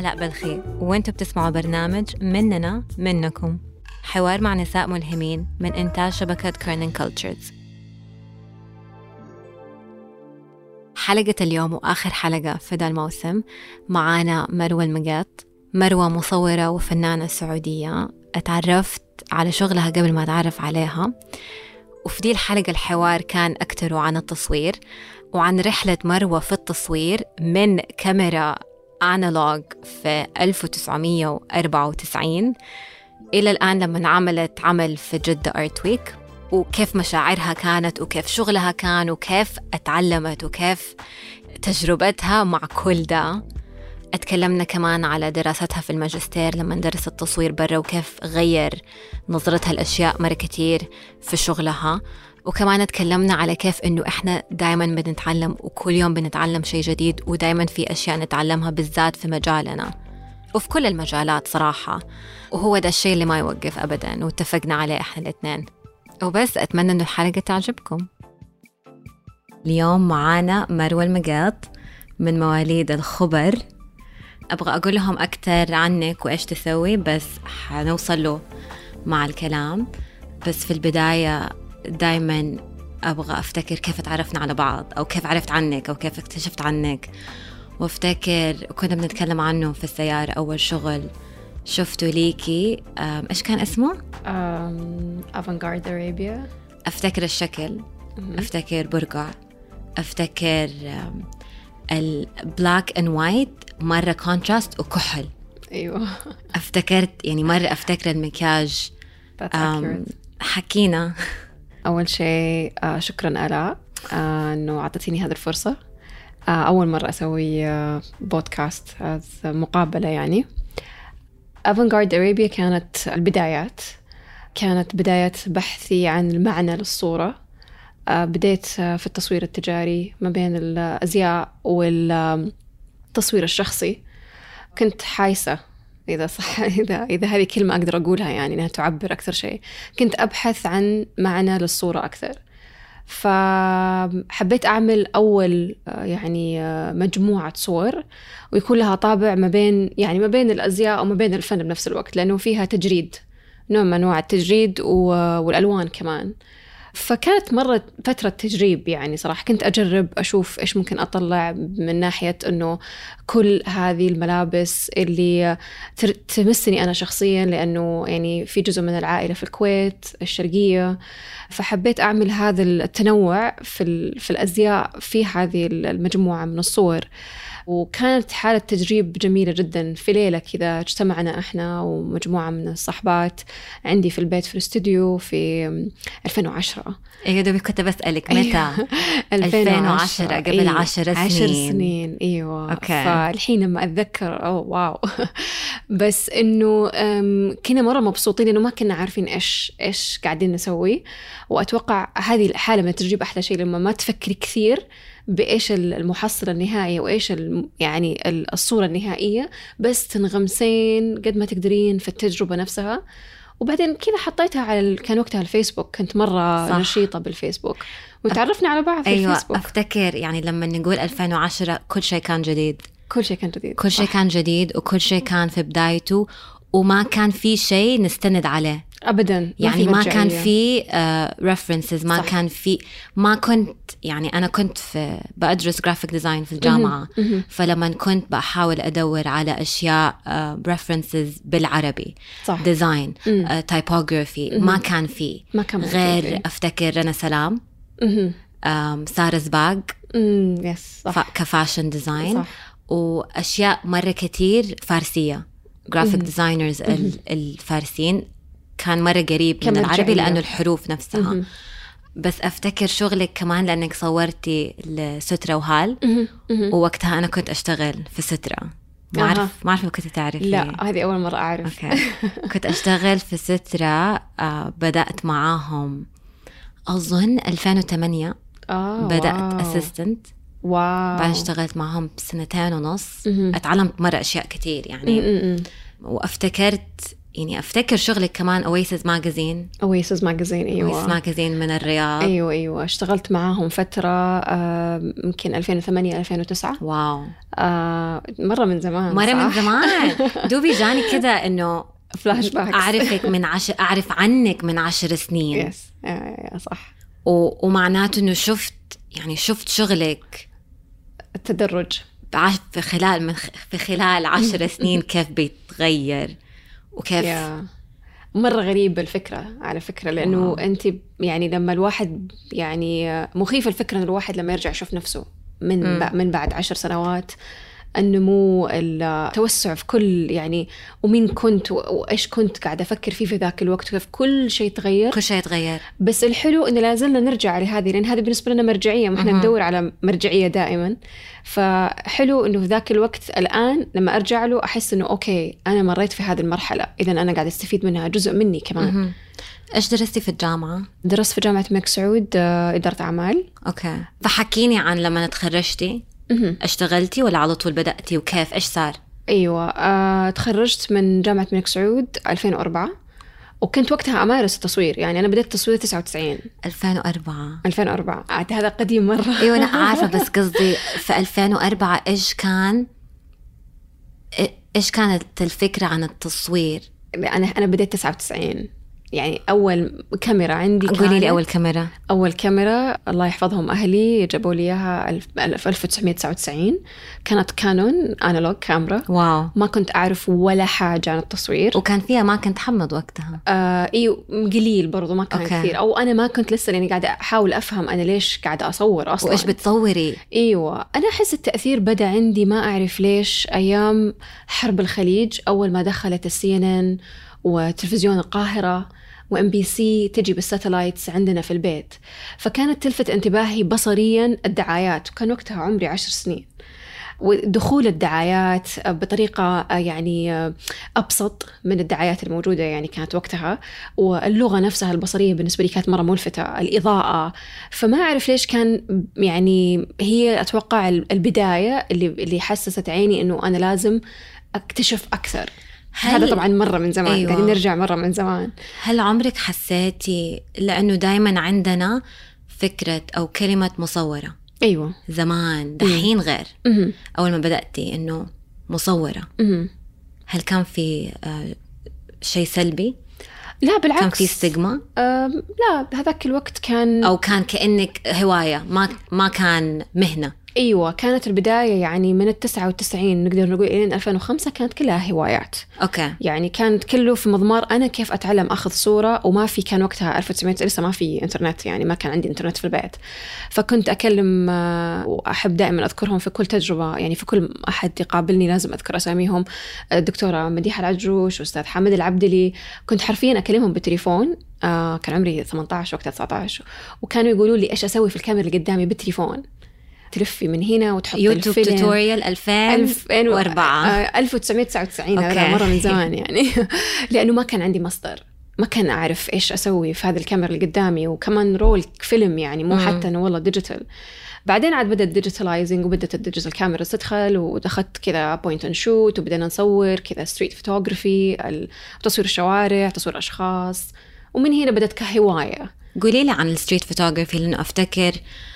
آلاء بلخي، وانتوا بتسمعوا برنامج مننا منكم، حوار مع نساء ملهمين من إنتاج شبكة كيرنين كولتشرز. حلقة اليوم وآخر حلقة في ذا الموسم معانا مروة المقاط. مروة مصورة وفنانة سعودية، اتعرفت على شغلها قبل ما أتعرف عليها، وفي دي الحلقة الحوار كان أكتر عن التصوير وعن رحلة مروة في التصوير من كاميرا أنالوج في 1994 إلى الآن لما عملت عمل في جدة آرت ويك، وكيف مشاعرها كانت وكيف شغلها كان وكيف اتعلمت وكيف تجربتها مع كل ده. اتكلمنا كمان على دراستها في الماجستير لما درست التصوير برا وكيف غير نظرتها الأشياء مرة كتير في شغلها، وكمان اتكلمنا على كيف إنه إحنا دايما بنتعلم وكل يوم بنتعلم شيء جديد، ودايما في أشياء نتعلمها بالذات في مجالنا وفي كل المجالات صراحة، وهو ده الشيء اللي ما يوقف أبدا، واتفقنا عليه إحنا الاثنين. وبس أتمنى إنه الحلقة تعجبكم. اليوم معانا مروة المقاط من مواليد الخبر. أبغى أقول لهم أكتر عنك وإيش تسوي، بس حنوصل له مع الكلام. بس في البداية دايما أبغى أفتكر كيف تعرفنا على بعض، أو كيف عرفت عنك، أو كيف اكتشفت عنك. وافتكر كنا بنتكلم عنه في السيارة، أول شغل شفته ليكي إيش كان اسمه؟ Avant-Garde Arabia. أفتكر الشكل، أفتكر برقع، أفتكر البلاك اند وايت مرة كونتراست وكحل. أيوة. أفتكرت يعني مرة أفتكر المكياج. حكينا. أول شيء شكرا آلاء أنه عطتيني هذه الفرصة. أول مرة أسوي بودكاست مقابلة يعني. Avant-Garde Arabia كانت البدايات، كانت بداية بحثي عن المعنى للصورة. بديت في التصوير التجاري ما بين الأزياء والتصوير الشخصي. كنت حايسة، إذا صح، إذا هذه كلمة أقدر أقولها يعني إنها تعبر أكثر شيء. كنت أبحث عن معنى للصورة أكثر، فحبيت أعمل أول يعني مجموعة صور ويكون لها طابع ما بين الأزياء وما بين الفن بنفس الوقت، لأنه فيها تجريد، نوع من أنواع التجريد والألوان كمان. فكانت مرة فترة تجريب يعني صراحة. كنت أجرب أشوف إيش ممكن أطلع من ناحية أنه كل هذه الملابس اللي تمسني أنا شخصيا، لأنه يعني في جزء من العائلة في الكويت الشرقية، فحبيت أعمل هذا التنوع في الأزياء في هذه المجموعة من الصور. وكانت حالة تجريب جميلة جدا. في ليلة كذا اجتمعنا احنا ومجموعة من الصحبات عندي في البيت في الاستوديو في 2010. ايه دوبي كنت بسألك متى؟ 2010 قبل 10 سنين. ايوه. أوكي. فالحين لما اتذكر واو. بس انه كنا مرة مبسوطين لانه ما كنا عارفين ايش قاعدين نسوي. واتوقع هذه الحالة من التجريب احلى شيء لما ما تفكري كثير بإيش المحصلة النهائية وإيش يعني الصورة النهائية، بس تنغمسين قد ما تقدرين في التجربة نفسها. وبعدين كذا حطيتها على كان وقتها الفيسبوك، كنت مرة صح. نشيطة بالفيسبوك وتعرفنا على بعض في الفيسبوك. أفتكر يعني لما نقول 2010 كل شيء كان جديد، كل شيء كان جديد، كل شيء كان جديد، وكل شيء كان في بدايته، وما كان في شيء نستند عليه أبداً. يعني ما كان في references، ما صح. كان في، ما كنت يعني أنا كنت بأدرس graphic design في الجامعة. فلما كنت بحاول أدور على أشياء references بالعربي صح. design typography ما كان في غير أفتكر رنا سلام، سارة زباق كفاشن ديزاين، وأشياء مرة كتير فارسية graphic designers الفارسيين كان مرة قريب من العربي لأنه الحروف نفسها. بس أفتكر شغلك كمان لأنك صورتي لسترة وهال، ووقتها أنا كنت أشتغل في سترة. ما أعرف كنت تعرفي. لا هذه أول مرة أعرف. كنت أشتغل في سترة. بدأت معاهم أظن 2008. بدأت أسيستنت. بعد اشتغلت معهم 2.5 سنين. اتعلمت مرة أشياء كتير يعني. وأفتكرت يعني أفتكر شغلك كمان Oasis ماجازين. أيوة. Oasis ماجازين من الرياض. أيوة اشتغلت معاهم فترة يمكن 2008-2009. واو. مرة من زمان. من زمان. دوبي جاني كده إنه فلاش باكس. أعرف عنك من 10 سنين. يس صح. ومعناته إنه شفت شغلك التدرج في خلال 10 سنين كيف بيتغير وكيف. مرة غريبة الفكرة على فكرة، لأنه أنت يعني لما الواحد يعني مخيف الفكرة أن الواحد لما يرجع يشوف نفسه من بعد 10 سنوات، النمو، التوسع في كل يعني ومين كنت وإيش كنت قاعدة أفكر فيه في ذاك الوقت، وكيف كل شيء تغير. بس الحلو إنه لازلنا نرجع لهذه، لأن هذه بالنسبة لنا مرجعية، ما إحنا ندور على مرجعية دائما. فحلو إنه في ذاك الوقت الآن لما أرجع له أحس إنه أوكي أنا مريت في هذه المرحلة، إذا أنا قاعدة أستفيد منها، جزء مني كمان. إيش درستي في الجامعة؟ درست في جامعة الملك سعود إدارة أعمال. أوكي. فحكيني عن لما تخرجتي، اشتغلتي ولا على طول بدأتي وكيف إيش صار؟ أيوة تخرجت من جامعة الملك سعود 2004، وكنت وقتها أمارس التصوير. يعني أنا بدأت تصوير 99. 2004 عاد هذا قديم مرة. أيوة أنا عارفة، بس قصدي في 2004 إيش كانت الفكرة عن التصوير؟ أنا بدأت 99. يعني أول كاميرا عندي، قولي لي أول كاميرا الله يحفظهم أهلي جابوا لي إياها في 1999. كانت كانون أنالوج كاميرا. واو. ما كنت أعرف ولا حاجة عن التصوير، وكان فيها ما كنت حمض وقتها. إيوه قليل برضو، ما كان كثير، أو أنا ما كنت لسه يعني قاعدة أحاول أفهم أنا ليش قاعدة أصور أصلا وإيش بتصوري. أيوة أنا أحس التأثير بدأ عندي ما أعرف ليش أيام حرب الخليج، أول ما دخلت CNN وتلفزيون القاهرة وMBC تجي بالساتلايتس عندنا في البيت، فكانت تلفت انتباهي بصريا الدعايات. وكان وقتها عمري 10 سنين، ودخول الدعايات بطريقة يعني أبسط من الدعايات الموجودة يعني كانت وقتها، واللغة نفسها البصرية بالنسبة لي كانت مرة ملفتة، الإضاءة. فما أعرف ليش كان يعني هي أتوقع البداية اللي حسست عيني إنه أنا لازم أكتشف أكثر. هذا طبعا مرة من زمان. أيوة. قاعدين نرجع مرة من زمان. هل عمرك حسيتي، لأنه دايما عندنا فكرة أو كلمة مصورة. أيوة. زمان دحين غير. أول ما بدأتي إنه مصورة، هل كان في شيء سلبي؟ لا بالعكس. كان في ستيغما؟ لا هذاك الوقت كان، أو كان كأنك هواية، ما كان مهنة. أيوة كانت البداية يعني من 99 نقدر نقول إلى 2005 كانت كلها هوايات. أوكي. يعني كانت كله في مضمار أنا كيف أتعلم أخذ صورة، وما في كان وقتها 1900 لسه ما في إنترنت، يعني ما كان عندي إنترنت في البيت. فكنت أكلم وأحب دائما أذكرهم في كل تجربة، يعني في كل أحد يقابلني لازم أذكر أساميهم. الدكتورة مديحة العجروش وأستاذ حامد العبدلي، كنت حرفيا أكلمهم بالتليفون. كان عمري 18 وقتها 19، وكانوا يقولوا لي إيش أسوي في الكاميرا اللي قدامي بالتليفون. تلفي من هنا وتحط يوتيوب توتوريال 2004 1999. هذا مرة من زمان يعني. لأنه ما كان عندي مصدر، ما كان أعرف إيش أسوي في هذه الكاميرا اللي قدامي، وكمان رول فيلم يعني مو حتى أنه والله ديجيتال. بعدين عاد بدأت ديجيتاليزنج، وبدأت الديجيتال كاميرا تدخل، ودخلت كذا بوينت اند شوت، وبدأنا نصور كذا ستريت فوتوغرافي، تصوير الشوارع، تصوير أشخاص. ومن هنا بدأت كهواية. قولي لي عن الستريت فوتوغرافي، لأنه أفتكر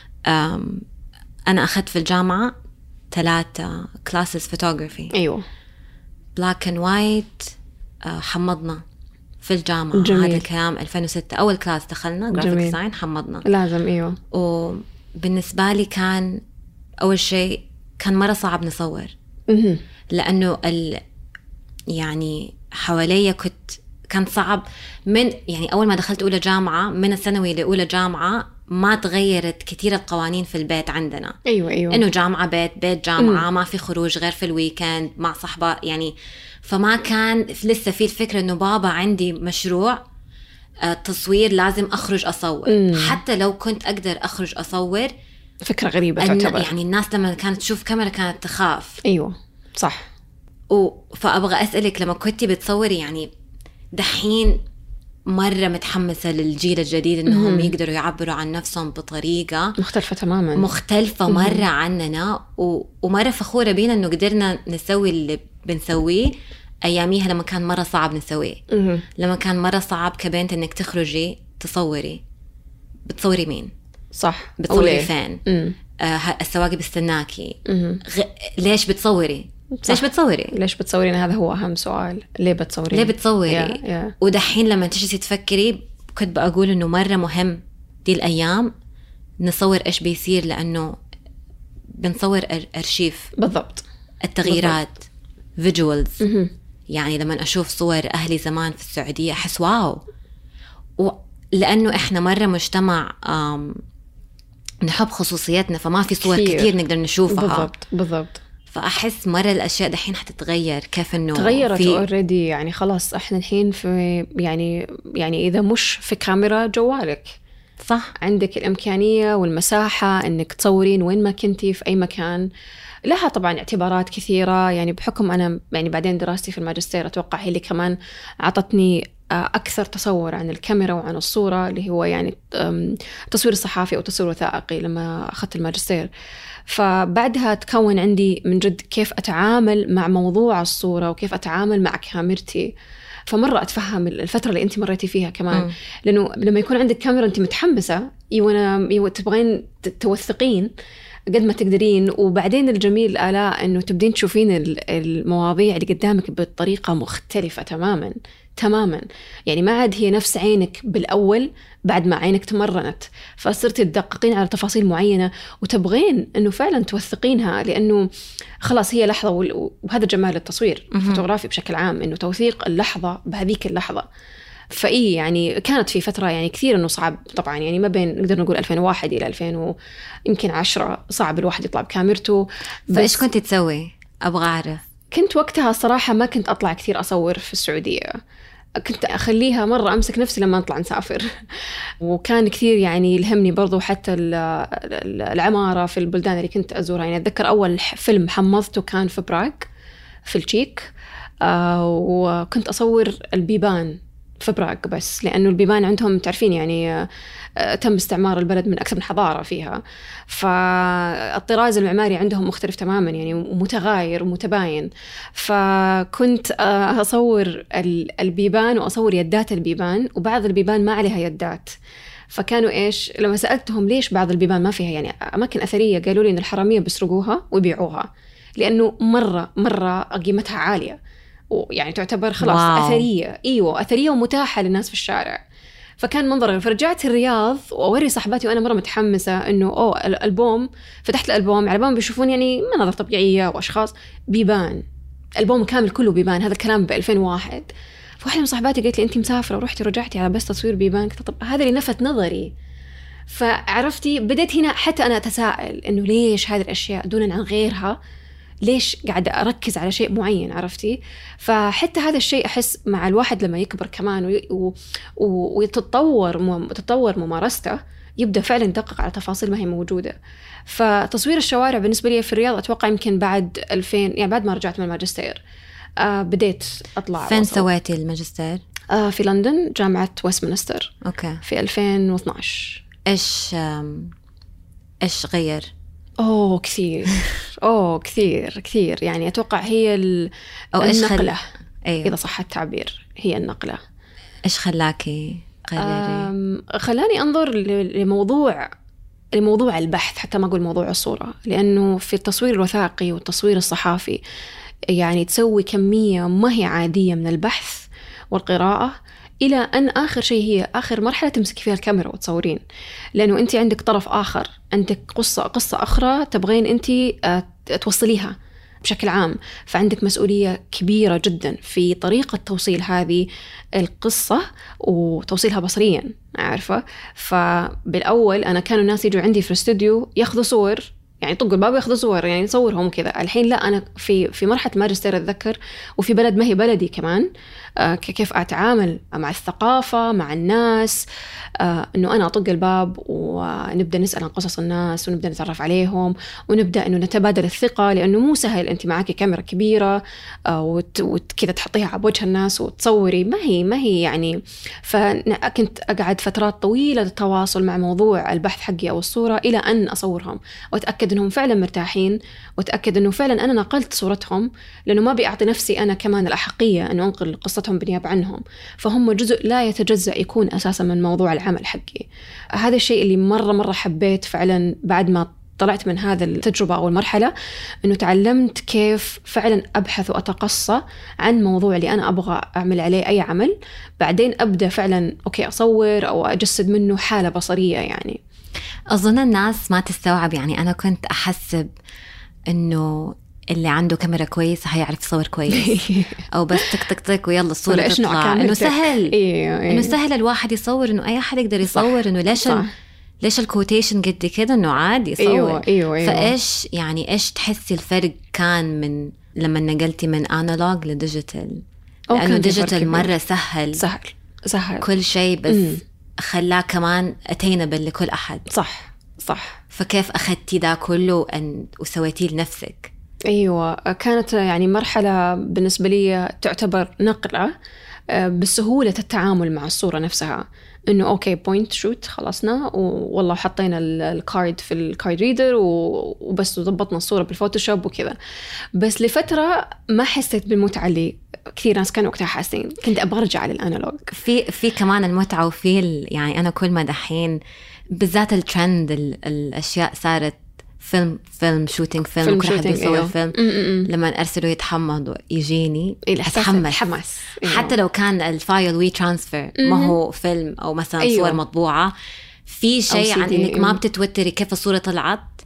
أنا أخذت في الجامعة 3 كلاسز فوتوغرافي. أيوة. بلاك اند وايت، حمضنا في الجامعة. جميل. هذا الكلام 2006 أول كلاس دخلنا جرافيك ديزاين، حمضنا لازم. أيوة. وبالنسبة لي كان أول شيء كان مرة صعب نصور، لأنه يعني حواليا كان صعب. من يعني أول ما دخلت أولى جامعة، من الثانوي لأولى جامعة ما تغيرت كثير القوانين في البيت عندنا. أيوة. إنه جامعة بيت جامعة، ما في خروج غير في الويكند مع صحبة يعني. فما كان لسه في الفكرة إنه بابا عندي مشروع تصوير لازم أخرج أصور. حتى لو كنت أقدر أخرج أصور، فكرة غريبة تعتبر. يعني الناس لما كانت تشوف كاميرا كانت تخاف. أيوة صح. فأبغى أسألك، لما كنتي بتصوري يعني دحين مرة متحمسة للجيل الجديد إنهم يقدروا يعبروا عن نفسهم بطريقة مختلفة تماما، مختلفة مرة عننا، ومرة فخورة بينا إنه قدرنا نسوي اللي بنسويه أياميها لما كان مرة صعب نسويه. لما كان مرة صعب كبنت إنك تخرجي تصوري، بتصوري مين؟ صح. بتصوري فين؟ السواقي بستناكي. ليش بتصوري؟ صح. ليش بتصورين؟ هذا هو أهم سؤال. ليه بتصوري؟ ودحين لما تجي تفكري كنت بقول إنه مرة مهم دي الأيام نصور إيش بيصير، لأنه بنصور أرشيف بالضبط التغييرات فيجوالز. يعني لما أشوف صور أهلي زمان في السعودية أحس واو، لأنه إحنا مرة مجتمع نحب خصوصياتنا، فما في صور كتير نقدر نشوفها. بالضبط. فأحس مرة الأشياء دحين حتتغير، كيف إنه تغيرت أوريدي. يعني خلاص إحنا الحين في يعني إذا مش في كاميرا جوالك، صح، عندك الإمكانية والمساحة إنك تصورين وين ما كنتي في أي مكان. لها طبعا اعتبارات كثيرة، يعني بحكم أنا يعني بعدين دراستي في الماجستير أتوقع هي اللي كمان عطتني أكثر تصور عن الكاميرا وعن الصورة، اللي هو يعني تصوير الصحافي أو تصوير وثائقي لما أخذت الماجستير. فبعدها تكون عندي من جد كيف أتعامل مع موضوع الصورة وكيف أتعامل مع كاميرتي. فمرة أتفهم الفترة اللي أنت مريتي فيها كمان. لأنه لما يكون عندك كاميرا أنت متحمسة تبغين توثقين قد ما تقدرين، وبعدين الجميل آلاء أنه تبدين تشوفين المواضيع اللي قدامك بطريقة مختلفة تماما. يعني ما عاد هي نفس عينك بالأول بعد ما عينك تمرنت، فصرت تدققين على تفاصيل معينة وتبغين أنه فعلا توثقينها، لأنه خلاص هي لحظة. وهذا جمال التصوير الفوتوغرافي بشكل عام، أنه توثيق اللحظة بهذيك اللحظة. فإيه يعني كانت في فترة يعني كثير أنه صعب طبعا، يعني ما بين نقدر نقول 2001 إلى 2000 يمكن 10 صعب الواحد يطلع بكاميرته. فإيش كنت تسوي؟ أبغى أعرف. كنت وقتها صراحة ما كنت أطلع كثير أصور في السعودية، كنت أخليها مرة أمسك نفسي لما نطلع نسافر. وكان كثير يعني يلهمني برضو حتى العمارة في البلدان اللي كنت أزورها. يعني أتذكر أول فيلم حمضته كان في براغ في التشيك، وكنت أصور البيبان في براغ، بس لأنه البيبان عندهم تعرفين يعني تم استعمار البلد من أكثر من حضارة فيها، فالطراز المعماري عندهم مختلف تماما يعني متغاير ومتباين. فكنت أصور البيبان وأصور يدات البيبان، وبعض البيبان ما عليها يدات. فكانوا إيش لما سألتهم ليش بعض البيبان ما فيها يعني أماكن أثرية، قالوا لي إن الحرامية بيسرقوها ويبيعوها، لأنه مرة قيمتها عالية، ويعني تعتبر خلاص أثرية. أثرية ومتاحة للناس في الشارع. فكان منظر. فرجعت الرياض وأوري صاحباتي وأنا مرة متحمسة إنه الألبوم، فتحت الألبوم، على الألبوم بيشوفون يعني مناظر طبيعية وأشخاص، بيبان، ألبوم كامل كله بيبان. هذا الكلام ب 2001. فواحدة من صاحباتي قالت لي أنت مسافرة ورحتي رجعتي على بس تصوير بيبان؟ طب هذا اللي لفت نظري. فعرفتي بدأت هنا حتى أنا أتساءل إنه ليش هذه الأشياء دونا عن غيرها، ليش قاعدة أركز على شيء معين، عرفتي؟ فحتى هذا الشيء أحس مع الواحد لما يكبر كمان ويتطور ممارسته، يبدأ فعلا يدقق على تفاصيل ما هي موجودة. فتصوير الشوارع بالنسبة لي في الرياض أتوقع يمكن بعد 2000، يعني بعد ما رجعت من الماجستير بديت أطلع. فين سويتي الماجستير؟ في لندن، جامعة ويستمنستر. أوكي. في 2012. إيش غير؟ كثير يعني أتوقع هي النقلة. أيوة. إذا صح التعبير هي النقلة. إيش خلاكي قرري؟ خلاني أنظر لموضوع البحث، حتى ما أقول موضوع الصورة، لأنه في التصوير الوثائقي والتصوير الصحافي يعني تسوي كمية ما هي عادية من البحث والقراءة، إلى أن آخر شيء هي آخر مرحلة تمسكي فيها الكاميرا وتصورين، لأنه أنت عندك طرف آخر، عندك قصة أخرى تبغين أنت توصليها بشكل عام. فعندك مسؤولية كبيرة جدا في طريقة توصيل هذه القصة وتوصيلها بصريا، عارفة؟ فبالأول أنا كانوا الناس يجوا عندي في الاستوديو ياخذوا صور، يعني طقوا الباب وياخذوا صور، يعني نصورهم كذا. الحين لا، أنا في مرحلة ماجستير أتذكر، وفي بلد ما هي بلدي كمان، كيف أتعامل مع الثقافة مع الناس، إنه أنا أطق الباب ونبدأ نسأل عن قصص الناس ونبدأ نتعرف عليهم ونبدأ إنه نتبادل الثقة، لأنه مو سهل أنت معاكي كاميرا كبيرة وكذا تحطيها على وجه الناس وتصوري، ما هي يعني. فكنت أقعد فترات طويلة التواصل مع موضوع البحث حقي أو الصورة إلى أن أصورهم وأتأكد وأتأكد أنهم فعلا مرتاحين، وأتأكد أنه فعلا أنا نقلت صورتهم، لأنه ما بيعطي نفسي أنا كمان الأحقية أنه أنقل قصتهم بالنيابة عنهم. فهم جزء لا يتجزأ يكون أساسا من موضوع العمل حقي. هذا الشيء اللي مرة حبيت فعلا بعد ما طلعت من هذا التجربة أو المرحلة، أنه تعلمت كيف فعلا أبحث وأتقصى عن موضوع اللي أنا أبغى أعمل عليه أي عمل، بعدين أبدأ فعلا أوكي أصور أو أجسد منه حالة بصرية. يعني أظن الناس ما تستوعب، يعني أنا كنت أحسب أنه اللي عنده كاميرا كويسة هيعرف يصور كويس أو بس تك ويلا الصورة تطلع، إنه سهل. إنه سهل الواحد يصور، إنه أي أحد يقدر يصور. إنه ليش الكوتيشن قد كده، إنه عادي يصور. أيوة. فإيش يعني إيش تحسي الفرق كان من لما نقلتي من أنالوج لديجيتال؟ لأنه ديجيتال مرة سهل كل شيء، بس خلاه كمان أتينبل لكل أحد. صح. فكيف أخذتي ده كله وسويتيه لنفسك؟ أيوة، كانت يعني مرحلة بالنسبة لي تعتبر نقلة بسهولة التعامل مع الصورة نفسها. إنه أوكي بوينت شوت خلصنا، والله حطينا الكارد في الكارد ريدر وبس، وضبطنا الصورة بالفوتوشوب وكذا. بس لفترة ما حسيت بالمتعة اللي كثير ناس كانوا وقتها حاسين. كنت أبغى أرجع للأنالوج. في كمان المتعة، وفي يعني أنا كل ما دحين بالذات الترند الأشياء صارت فيلم شوتينج، فيلم كل حد يصور فيلم. لما أرسله يتحمض يجيني حماس. حتى لو كان الفايل وي ترانسفير ما هو فيلم أو مثلا صور مطبوعة، في شيء عن إنك ما بتتوتري كيف الصورة طلعت،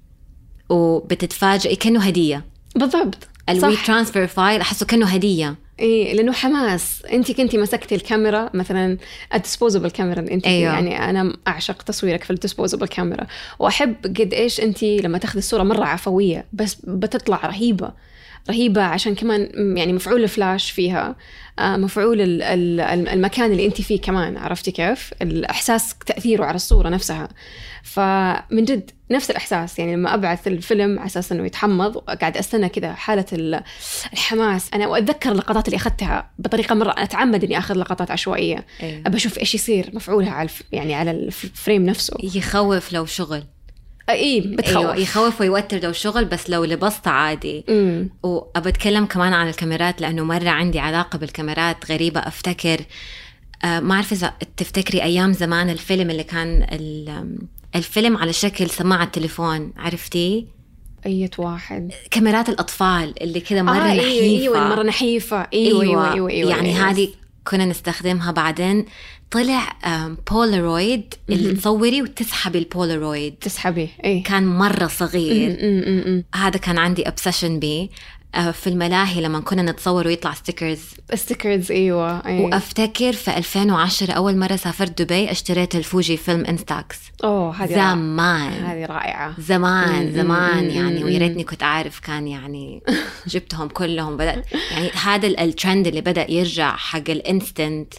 وبتتفاجئي كأنه هدية. بالضبط. الوي ترانسفير فايل أحسه كأنه هدية. لأنه حماس. أنت كنتي مسكتي الكاميرا مثلا الديسبوزبل كاميرا، أنت يعني أنا أعشق تصويرك في الديسبوزبل كاميرا، وأحب قد إيش أنت لما تاخذي الصورة مرة عفوية بس بتطلع رهيبة عشان كمان يعني مفعول الفلاش فيها، مفعول المكان اللي أنت فيه كمان. عرفتي كيف الإحساس تأثيره على الصورة نفسها؟ فمن جد نفس الإحساس. يعني لما أبعث الفيلم على أساس أنه يتحمض، وقاعد أستنى كذا حالة الحماس. أنا وأتذكر اللقطات اللي أخذتها بطريقة مرة أتعمد إني أخذ لقطات عشوائية. أبى أشوف إيش يصير مفعولها على الفريم نفسه. يخوف لو شغل. بتخوف. يخوف ويوتر لو شغل، بس لو لبسطة عادي. وأبتكلم كمان عن الكاميرات، لأنه مرة عندي علاقة بالكاميرات غريبة. أفتكر ما أعرف إذا تفتكري أيام زمان الفيلم اللي كان الفيلم على شكل سماعة تليفون، عرفتي؟ أي واحد. كاميرات الأطفال اللي كذا مرة نحيفة. أيوة مرة نحيفة. أيوة. يعني هذه كنا نستخدمها. بعدين طلع بولارويد اللي تصوري وتسحبي البولارويد. تسحبي. كان مرة صغير. هذا كان عندي أبسيشن بيه. في الملاهي لما كنا نتصور ويطلع ستيكرز. أيوة. وأفتكر في 2010 أول مرة سافرت دبي اشتريت الفوجي فيلم انستاكس. زمان. هذه رائعة. زمان يعني، ويريتني كنت أعرف. كان يعني جبتهم كلهم. بدأت يعني هذا الترند اللي بدأ يرجع حق الانستنت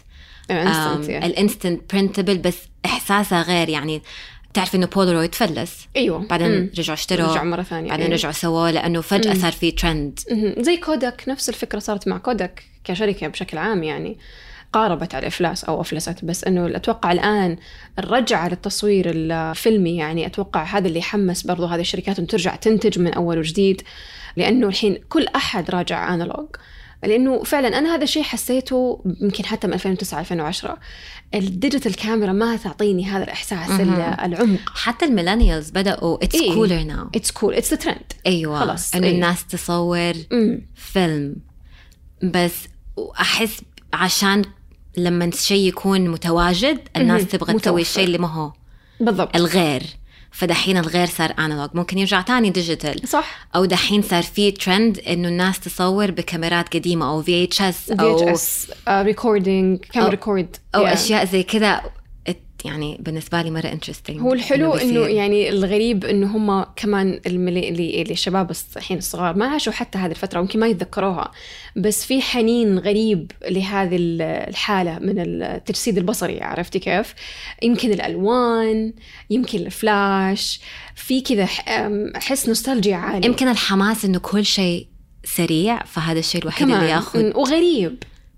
برينتبل، بس إحساسها غير. يعني تعرف إنه بولارويد فلس. أيوة. بعدين رجعوا اشتروا، رجعوا مرة ثانية. بعدين رجعوا سووا، لأنه فجأة صار في ترند. زي كوداك، نفس الفكرة صارت مع كوداك كشركة بشكل عام. يعني قاربت على الإفلاس أو أفلست، بس أنه أتوقع الآن الرجعة للتصوير الفيلمي، يعني أتوقع هذا اللي يحمس برضو هذه الشركات أن ترجع تنتج من أول وجديد، لأنه الحين كل أحد راجع أنالوج. لأنه فعلا أنا هذا الشيء حسيته يمكن حتى من 2009-2010 الديجيتال كاميرا ما تعطيني هذا الإحساس العمق. حتى الميلانيالز بدأوا it's cooler now. It's cool. It's the trend. أيوة. خلاص. إنه الناس تصور فيلم. بس أحس عشان لما شيء يكون متواجد الناس تبغى تسوي الشيء اللي ما هو بالضبط الغير. فدحين الغير صار أنالوج، ممكن يرجع تاني ديجيتال. صح. أو دحين صار في ترند إنه الناس تصور بكاميرات قديمة أو VHS أو ريكوردينج كاميرا ريكورد أو أشياء زي كذا. يعني بالنسبة لي مرة interesting. هو الحلو إنه يعني الغريب إنه هم كمان اللي الشباب الحين الصغار ما عاشوا حتى هذه الفترة، ممكن ما يتذكروها، بس في حنين غريب لهذه الحالة من التجسيد البصري. عرفتي كيف؟ يمكن الألوان، يمكن الفلاش، في كذا حس نوستالجيا عالي. يمكن الحماس إنه كل شيء سريع، فهذا الشيء الوحيد اللي ياخذ وغريب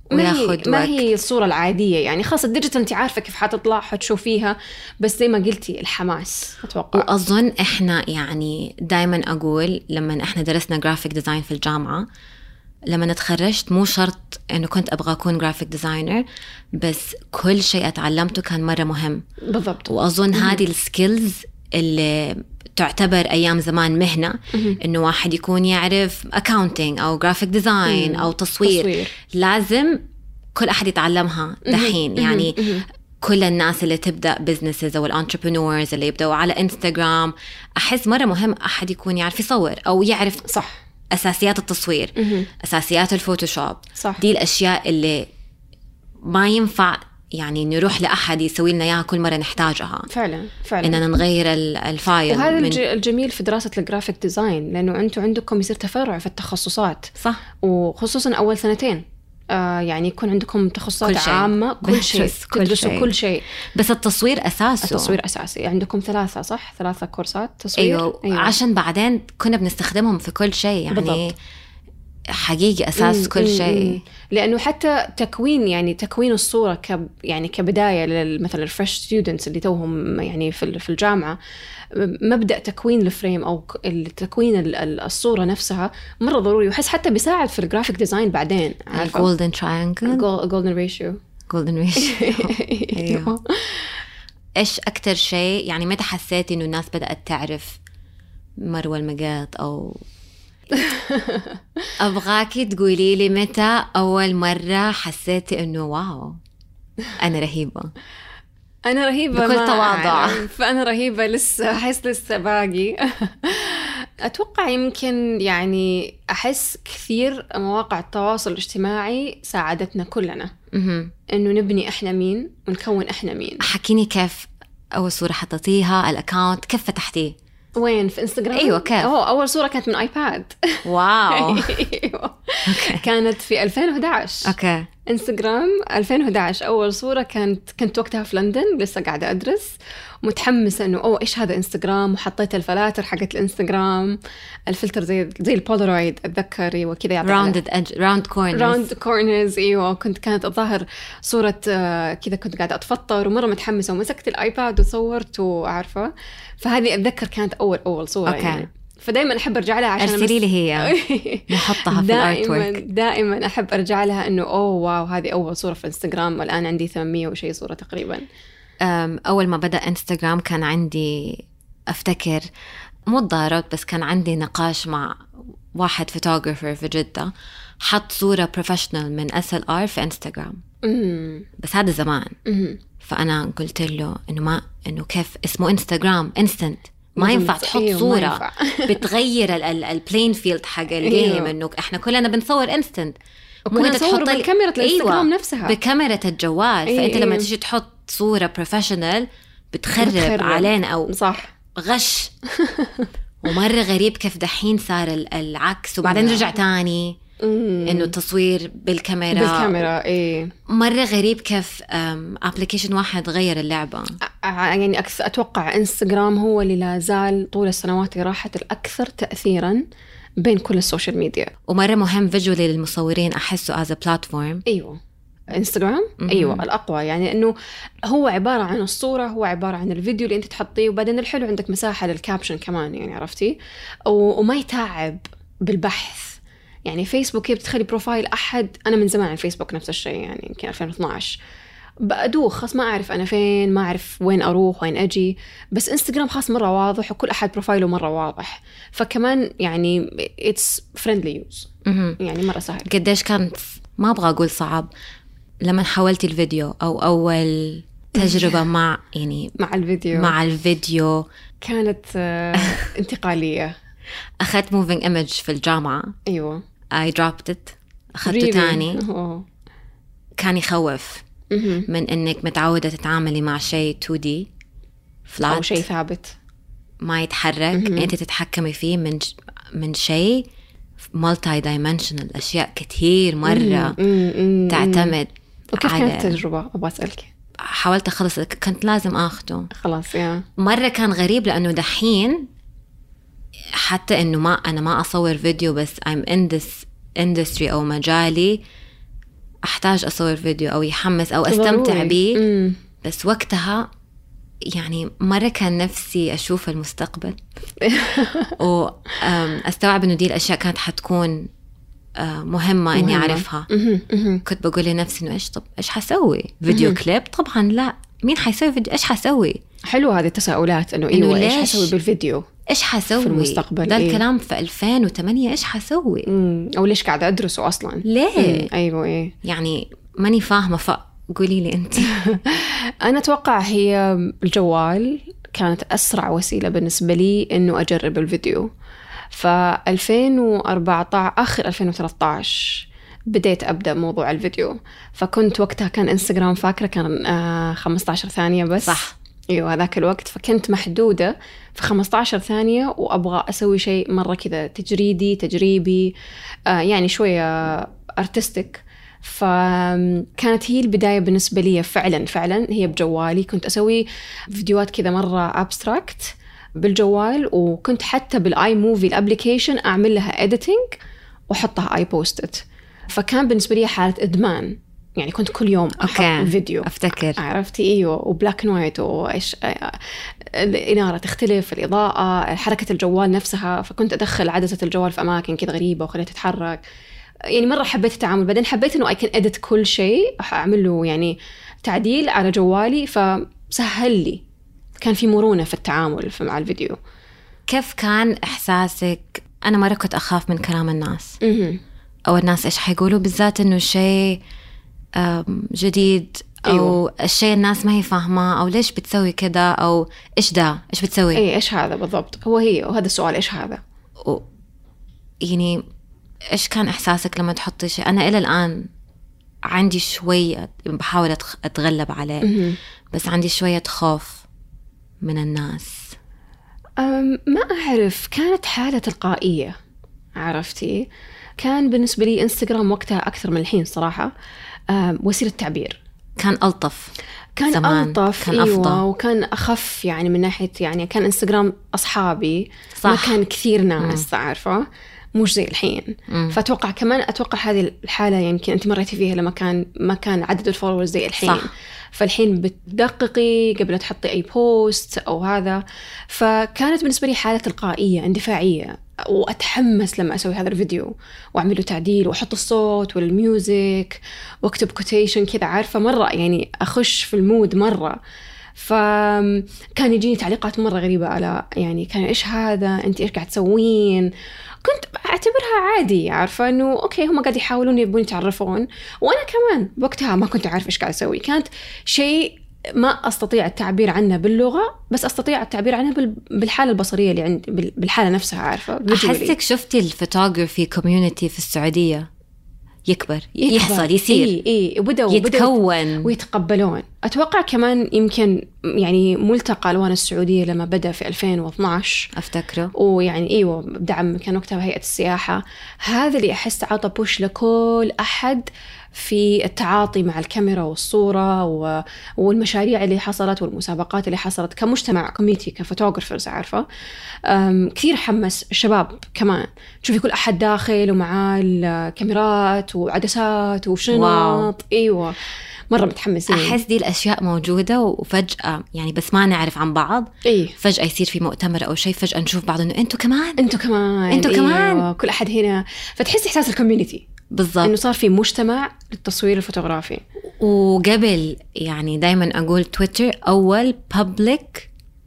وياخد ما وقت. هي الصورة العادية يعني، خاصة الديجيتال انت عارفة كيف حتطلع حتشوفيها، بس زي ما قلتي الحماس اتوقع. وأظن إحنا يعني دايما أقول لما إحنا درسنا جرافيك ديزاين في الجامعة، لما تخرجت مو شرط إنه كنت أبغى أكون جرافيك ديزاينر، بس كل شيء أتعلمته كان مرة مهم. بالضبط. وأظن هذه السكيلز اللي تعتبر أيام زمان مهنة، إنه واحد يكون يعرف أكاونتينج أو جرافيك ديزاين أو تصوير، لازم كل أحد يتعلمها دحين. يعني كل الناس اللي تبدأ بيزنسز أو الانتربرنورز اللي يبدأوا على إنستغرام، أحس مرة مهم أحد يكون يعرف يصور أو يعرف صح أساسيات التصوير، أساسيات الفوتوشوب. صح. دي الأشياء اللي ما ينفع يعني نروح لأحد يسوي لنا إياها كل مرة نحتاجها. فعلا إننا نغير الفايل. وهذا الجميل في دراسة الجرافيك ديزاين، لأنه أنتوا عندكم يصير تفرع في التخصصات. صح. وخصوصا أول سنتين يعني يكون عندكم تخصصات عامة، كل شيء تدرسوا كل شيء. بس التصوير أساسه. التصوير أساسي. عندكم 3 صح؟ 3 كورسات تصوير. أيوة. عشان بعدين كنا بنستخدمهم في كل شيء يعني. بالضبط. حقيقي أساس كل شيء. لأنه حتى تكوين الصورة يعني كبداية مثلا الفريش ستودنتس اللي توهم يعني في الجامعة، مبدأ تكوين الفريم أو تكوين الصورة نفسها مرة ضروري، وحس حتى بيساعد في الجرافيك ديزاين بعدين. golden triangle. golden ratio. أيوة. إيش أكتر شيء يعني متى حسيتي إنه الناس بدأت تعرف مروة المقاط؟ أو أبغاكي تقولي لي متى أول مرة حسيتي إنه واو أنا رهيبة. أنا رهيبة بكل تواضع. فأنا رهيبة لسه باقي. أتوقع يمكن يعني أحس كثير مواقع التواصل الاجتماعي ساعدتنا كلنا إنه نبني إحنا مين ونكون إحنا مين. حكيني كيف أول صورة حطيتيها، الأكاونت كيف فتحتيه؟ وين؟ في انستغرام. ايوه كيف؟ اول صوره كانت من ايباد. واو. أيوة. كانت في 2011. اوكي. انستغرام 2011 اول صوره كنت وقتها في لندن، لسه قاعده ادرس، متحمسه انه ايش هذا انستغرام، وحطيت الفلاتر حقت الانستغرام، الفلتر زي البولارويد اتذكر وكذا يعطي راوند كورنرز. ايوه كانت الظاهر صوره كذا، كنت قاعده اتفطر ومره متحمسه ومسكت الايباد وصورت وعارفه. فهذه اتذكر كانت اول صوره. أوكي. يعني فدايما احب ارجع لها عشان ارسلي لي هي نحطها في الارت ورك. دائما احب ارجع لها انه واو هذه اول صوره في انستغرام، والان عندي 800 وشي صوره تقريبا. اول ما بدا انستغرام كان عندي افتكر مو ضارت، بس كان عندي نقاش مع واحد فوتوغرافر في جدة، حط صورة بروفيشنال من SLR في انستغرام. بس هذا زمان. فانا قلت له انه كيف اسمه انستغرام انستنت، ما ينفع تحط صورة بتغير البلين فيلد حق الجيم. انه احنا كلنا بنصور انستنت، مو انت تحط بكاميرا الانستغرام نفسها، بكاميرا الجوال. فانت لما تيجي تحط صورة بروفيشنال بتخرب علينا او صح غش. ومرة غريب كيف دحين صار العكس، وبعدين رجع تاني انه التصوير بالكاميرا. ايه مرة غريب كيف ابليكيشن واحد غير اللعبة. يعني اتوقع انستغرام هو اللي لا زال طول السنوات اللي راحت الاكثر تأثيرا بين كل السوشيال ميديا. ومرة مهم فيجولي للمصورين احسه as a platform. ايوه انستغرام ايوه الاقوى، يعني انه هو عباره عن الصوره، هو عباره عن الفيديو اللي انت تحطيه، وبعدين الحلو عندك مساحه للكابشن كمان، يعني عرفتي، وما يتعب بالبحث. يعني فيسبوك بتخلي بروفايل احد، انا من زمان على فيسبوك نفس الشيء، يعني يمكن 2012 بأدوخ خاص، ما أعرف أنا فين، ما أعرف وين أروح وين أجي. بس إنستغرام خاص مرة واضح، وكل أحد بروفايله مرة واضح، فكمان يعني it's friendly use. يعني مرة سهل. قديش كانت، ما أبغى أقول صعب، لما حاولتي الفيديو أو أول تجربة مع مع الفيديو كانت انتقالية. أخذت moving image في الجامعة. أيوة I dropped it، أخذته تاني. كان يخوف من إنك متعودة تتعاملي مع شيء 2D flat أو شيء ثابت ما يتحرك. أنت تتحكمي فيه من شيء multi dimensional، أشياء كتير مرة تعتمد. وكيف كانت التجربة؟ أبغى أسألك. حاولت أخلص، كنت لازم أخده خلاص. مرة كان غريب لأنه دحين حتى إنه أنا ما أصور فيديو، بس I'm in this industry أو مجالي، أحتاج أصور فيديو أو يحمس أو أستمتع به. بس وقتها يعني مرة كان نفسي أشوف المستقبل وأستوعب إنه دي الأشياء كانت حتكون مهمة إني أعرفها. كنت بقول لنفسي إنه إيش حسوي فيديو كليب؟ طبعا لا، مين حيسوي فيديو؟ إيش حسوي؟ حلو هذه التساؤلات إنه أيوة إيش حسوي بالفيديو، إيش حسوي في المستقبل. ده الكلام في 2008 إيش حسوي أو ليش قاعدة أدرسه أصلا ليه؟ أيوة يعني ماني فاهمة، فقولي لي أنت. أنا أتوقع هي الجوال كانت أسرع وسيلة بالنسبة لي إنه أجرب الفيديو. ف2014 آخر 2013 بديت أبدأ موضوع الفيديو. فكنت وقتها كان إنستغرام فاكرة كان 15 ثانية بس. صح. أيوة هذاك الوقت. فكنت محدودة في 15 ثانية وأبغى أسوي شيء مرة كذا تجريبي يعني شوية أرتستيك. فكانت هي البداية بالنسبة لي فعلا هي بجوالي. كنت أسوي فيديوهات كذا مرة أبستراكت بالجوال، وكنت حتى بالآي موفي الابليكيشن أعمل لها إديتينج وحطها آي بوستت. فكان بالنسبة لي حالة إدمان، يعني كنت كل يوم أحط فيديو. أفتكر عرفتي إيوه، وبلاك نوايت وإيش الإنارة تختلف، الإضاءة، حركة الجوال نفسها. فكنت أدخل عدسة الجوال في أماكن كذا غريبة وخليها تتحرك. يعني مرة حبيت التعامل. بعدين حبيت إنه I can edit كل شيء، أعمل له يعني تعديل على جوالي، فسهل لي. كان في مرونة في التعامل مع الفيديو. كيف كان إحساسك؟ أنا مرة كنت أخاف من كلام الناس أو الناس إيش حيقولوا، بالذات إنه شيء جديد أو أيوة. الشيء الناس ما هي فاهمة، أو ليش بتسوي كده، أو إيش ده، إيش بتسوي، إيش هذا بالضبط. وهذا السؤال إيش هذا. يعني إيش كان إحساسك لما تحطي شيء؟ أنا إلى الآن عندي شوية بحاول أتغلب عليه، بس عندي شوية خوف من الناس. ما أعرف، كانت حالة تلقائية. عرفتي، كان بالنسبة لي إنستغرام وقتها أكثر من الحين صراحة وسيلة تعبير. كان ألطف، كان ألطف، كان أفضل، وكان أخف يعني من ناحية يعني كان إنستغرام أصحابي صح. ما كان كثير ناس عارفة، مش زي الحين. فأتوقع كمان هذه الحالة يمكن أنت مريتي فيها لما ما كان عدد الفولورز زي الحين صح. فالحين بتدققي قبل تحطي أي بوست أو هذا. فكانت بالنسبة لي حالة تلقائية اندفاعية، وأتحمس لما أسوي هذا الفيديو وأعمله تعديل وأحط الصوت والميوزك وأكتب كوتيشن كذا، عارفة مرة يعني أخش في المود مرة. فكان يجيني تعليقات مرة غريبة على يعني كان إيش هذا، أنت إيش قاعد تسوين. كنت أعتبرها عادي، عارفة إنه أوكي هم قاعد يحاولون يبون يتعرفون، وأنا كمان وقتها ما كنت أعرف إيش قاعد أسوي. كانت شيء ما أستطيع التعبير عنه باللغة، بس أستطيع التعبير عنه بالحالة البصرية اللي عندي، بالحالة نفسها. عارفة، أحسك شفتي الفوتوغرافي كوميونيتي في السعودية يكبر يحصل يصير بدأوا يتكون ويتقبلون. أتوقع كمان يمكن يعني ملتقى ألوان السعودية لما بدأ في 2012 أفتكره، ويعني أيوة بدعم كان وقتها هيئة السياحة. هذا اللي أحس عطى بوش لكل أحد في التعاطي مع الكاميرا والصورة والمشاريع اللي حصلت والمسابقات اللي حصلت كمجتمع كوميتي كفوتوغرافرز. عارفة كثير حمس الشباب كمان. تشوفي كل أحد داخل ومعاه الكاميرات وعدسات وشنط. أيوة مرة متحمسين. أحس دي الأشياء موجودة وفجأة يعني بس ما نعرف عن بعض. فجأة يصير في مؤتمر أو شيء، فجأة نشوف بعض إنه أنتوا كمان كل أحد هنا. فتحس إحساس الكوميونيتي بالضبط، إنه صار في مجتمع للتصوير الفوتوغرافي. وقبل يعني دايما أقول تويتر أول public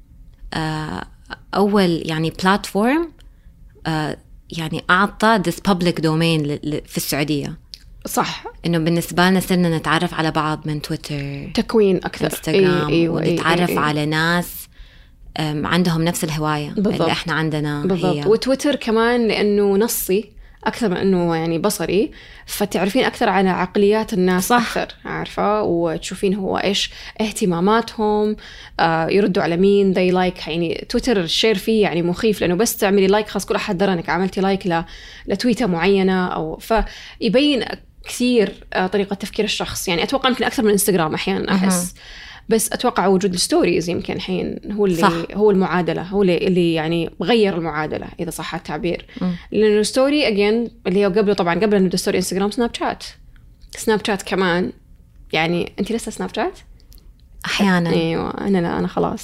أول يعني بلاتفورم يعني أعطى this public domain في السعودية. صح، إنه بالنسبة لنا صرنا نتعرف على بعض من تويتر، تكوين أكثر، إنستغرام، ونتعرف على ناس عندهم نفس الهواية بالضبط. اللي إحنا عندنا بالضبط. هي. وتويتر كمان لأنه نصي أكثر من أنه يعني بصري، فتعرفين أكثر عن عقليات الناس صح. أكثر، عارفة، وتشوفين هو إيش اهتماماتهم، يردوا على مين they like. يعني تويتر الشير فيه يعني مخيف، لأنه بس تعملي لايك خلاص كل أحد درى أنك عملتي لايك لتويتة معينة، أو فيبين كثير طريقة تفكير الشخص. يعني أتوقع يمكن أكثر من إنستغرام أحيانا أحس. بس أتوقع وجود الستوريز يمكن الحين هو اللي صح. هو المعادلة، هو اللي يعني غير المعادلة إذا صح التعبير. لأنه الستوري again اللي هو قبله، طبعا قبل أن نبدأ ستوري إنستغرام سناب شات، سناب شات كمان. يعني أنت لسه سناب شات؟ أحيانا. أيوة أنا لا، أنا خلاص.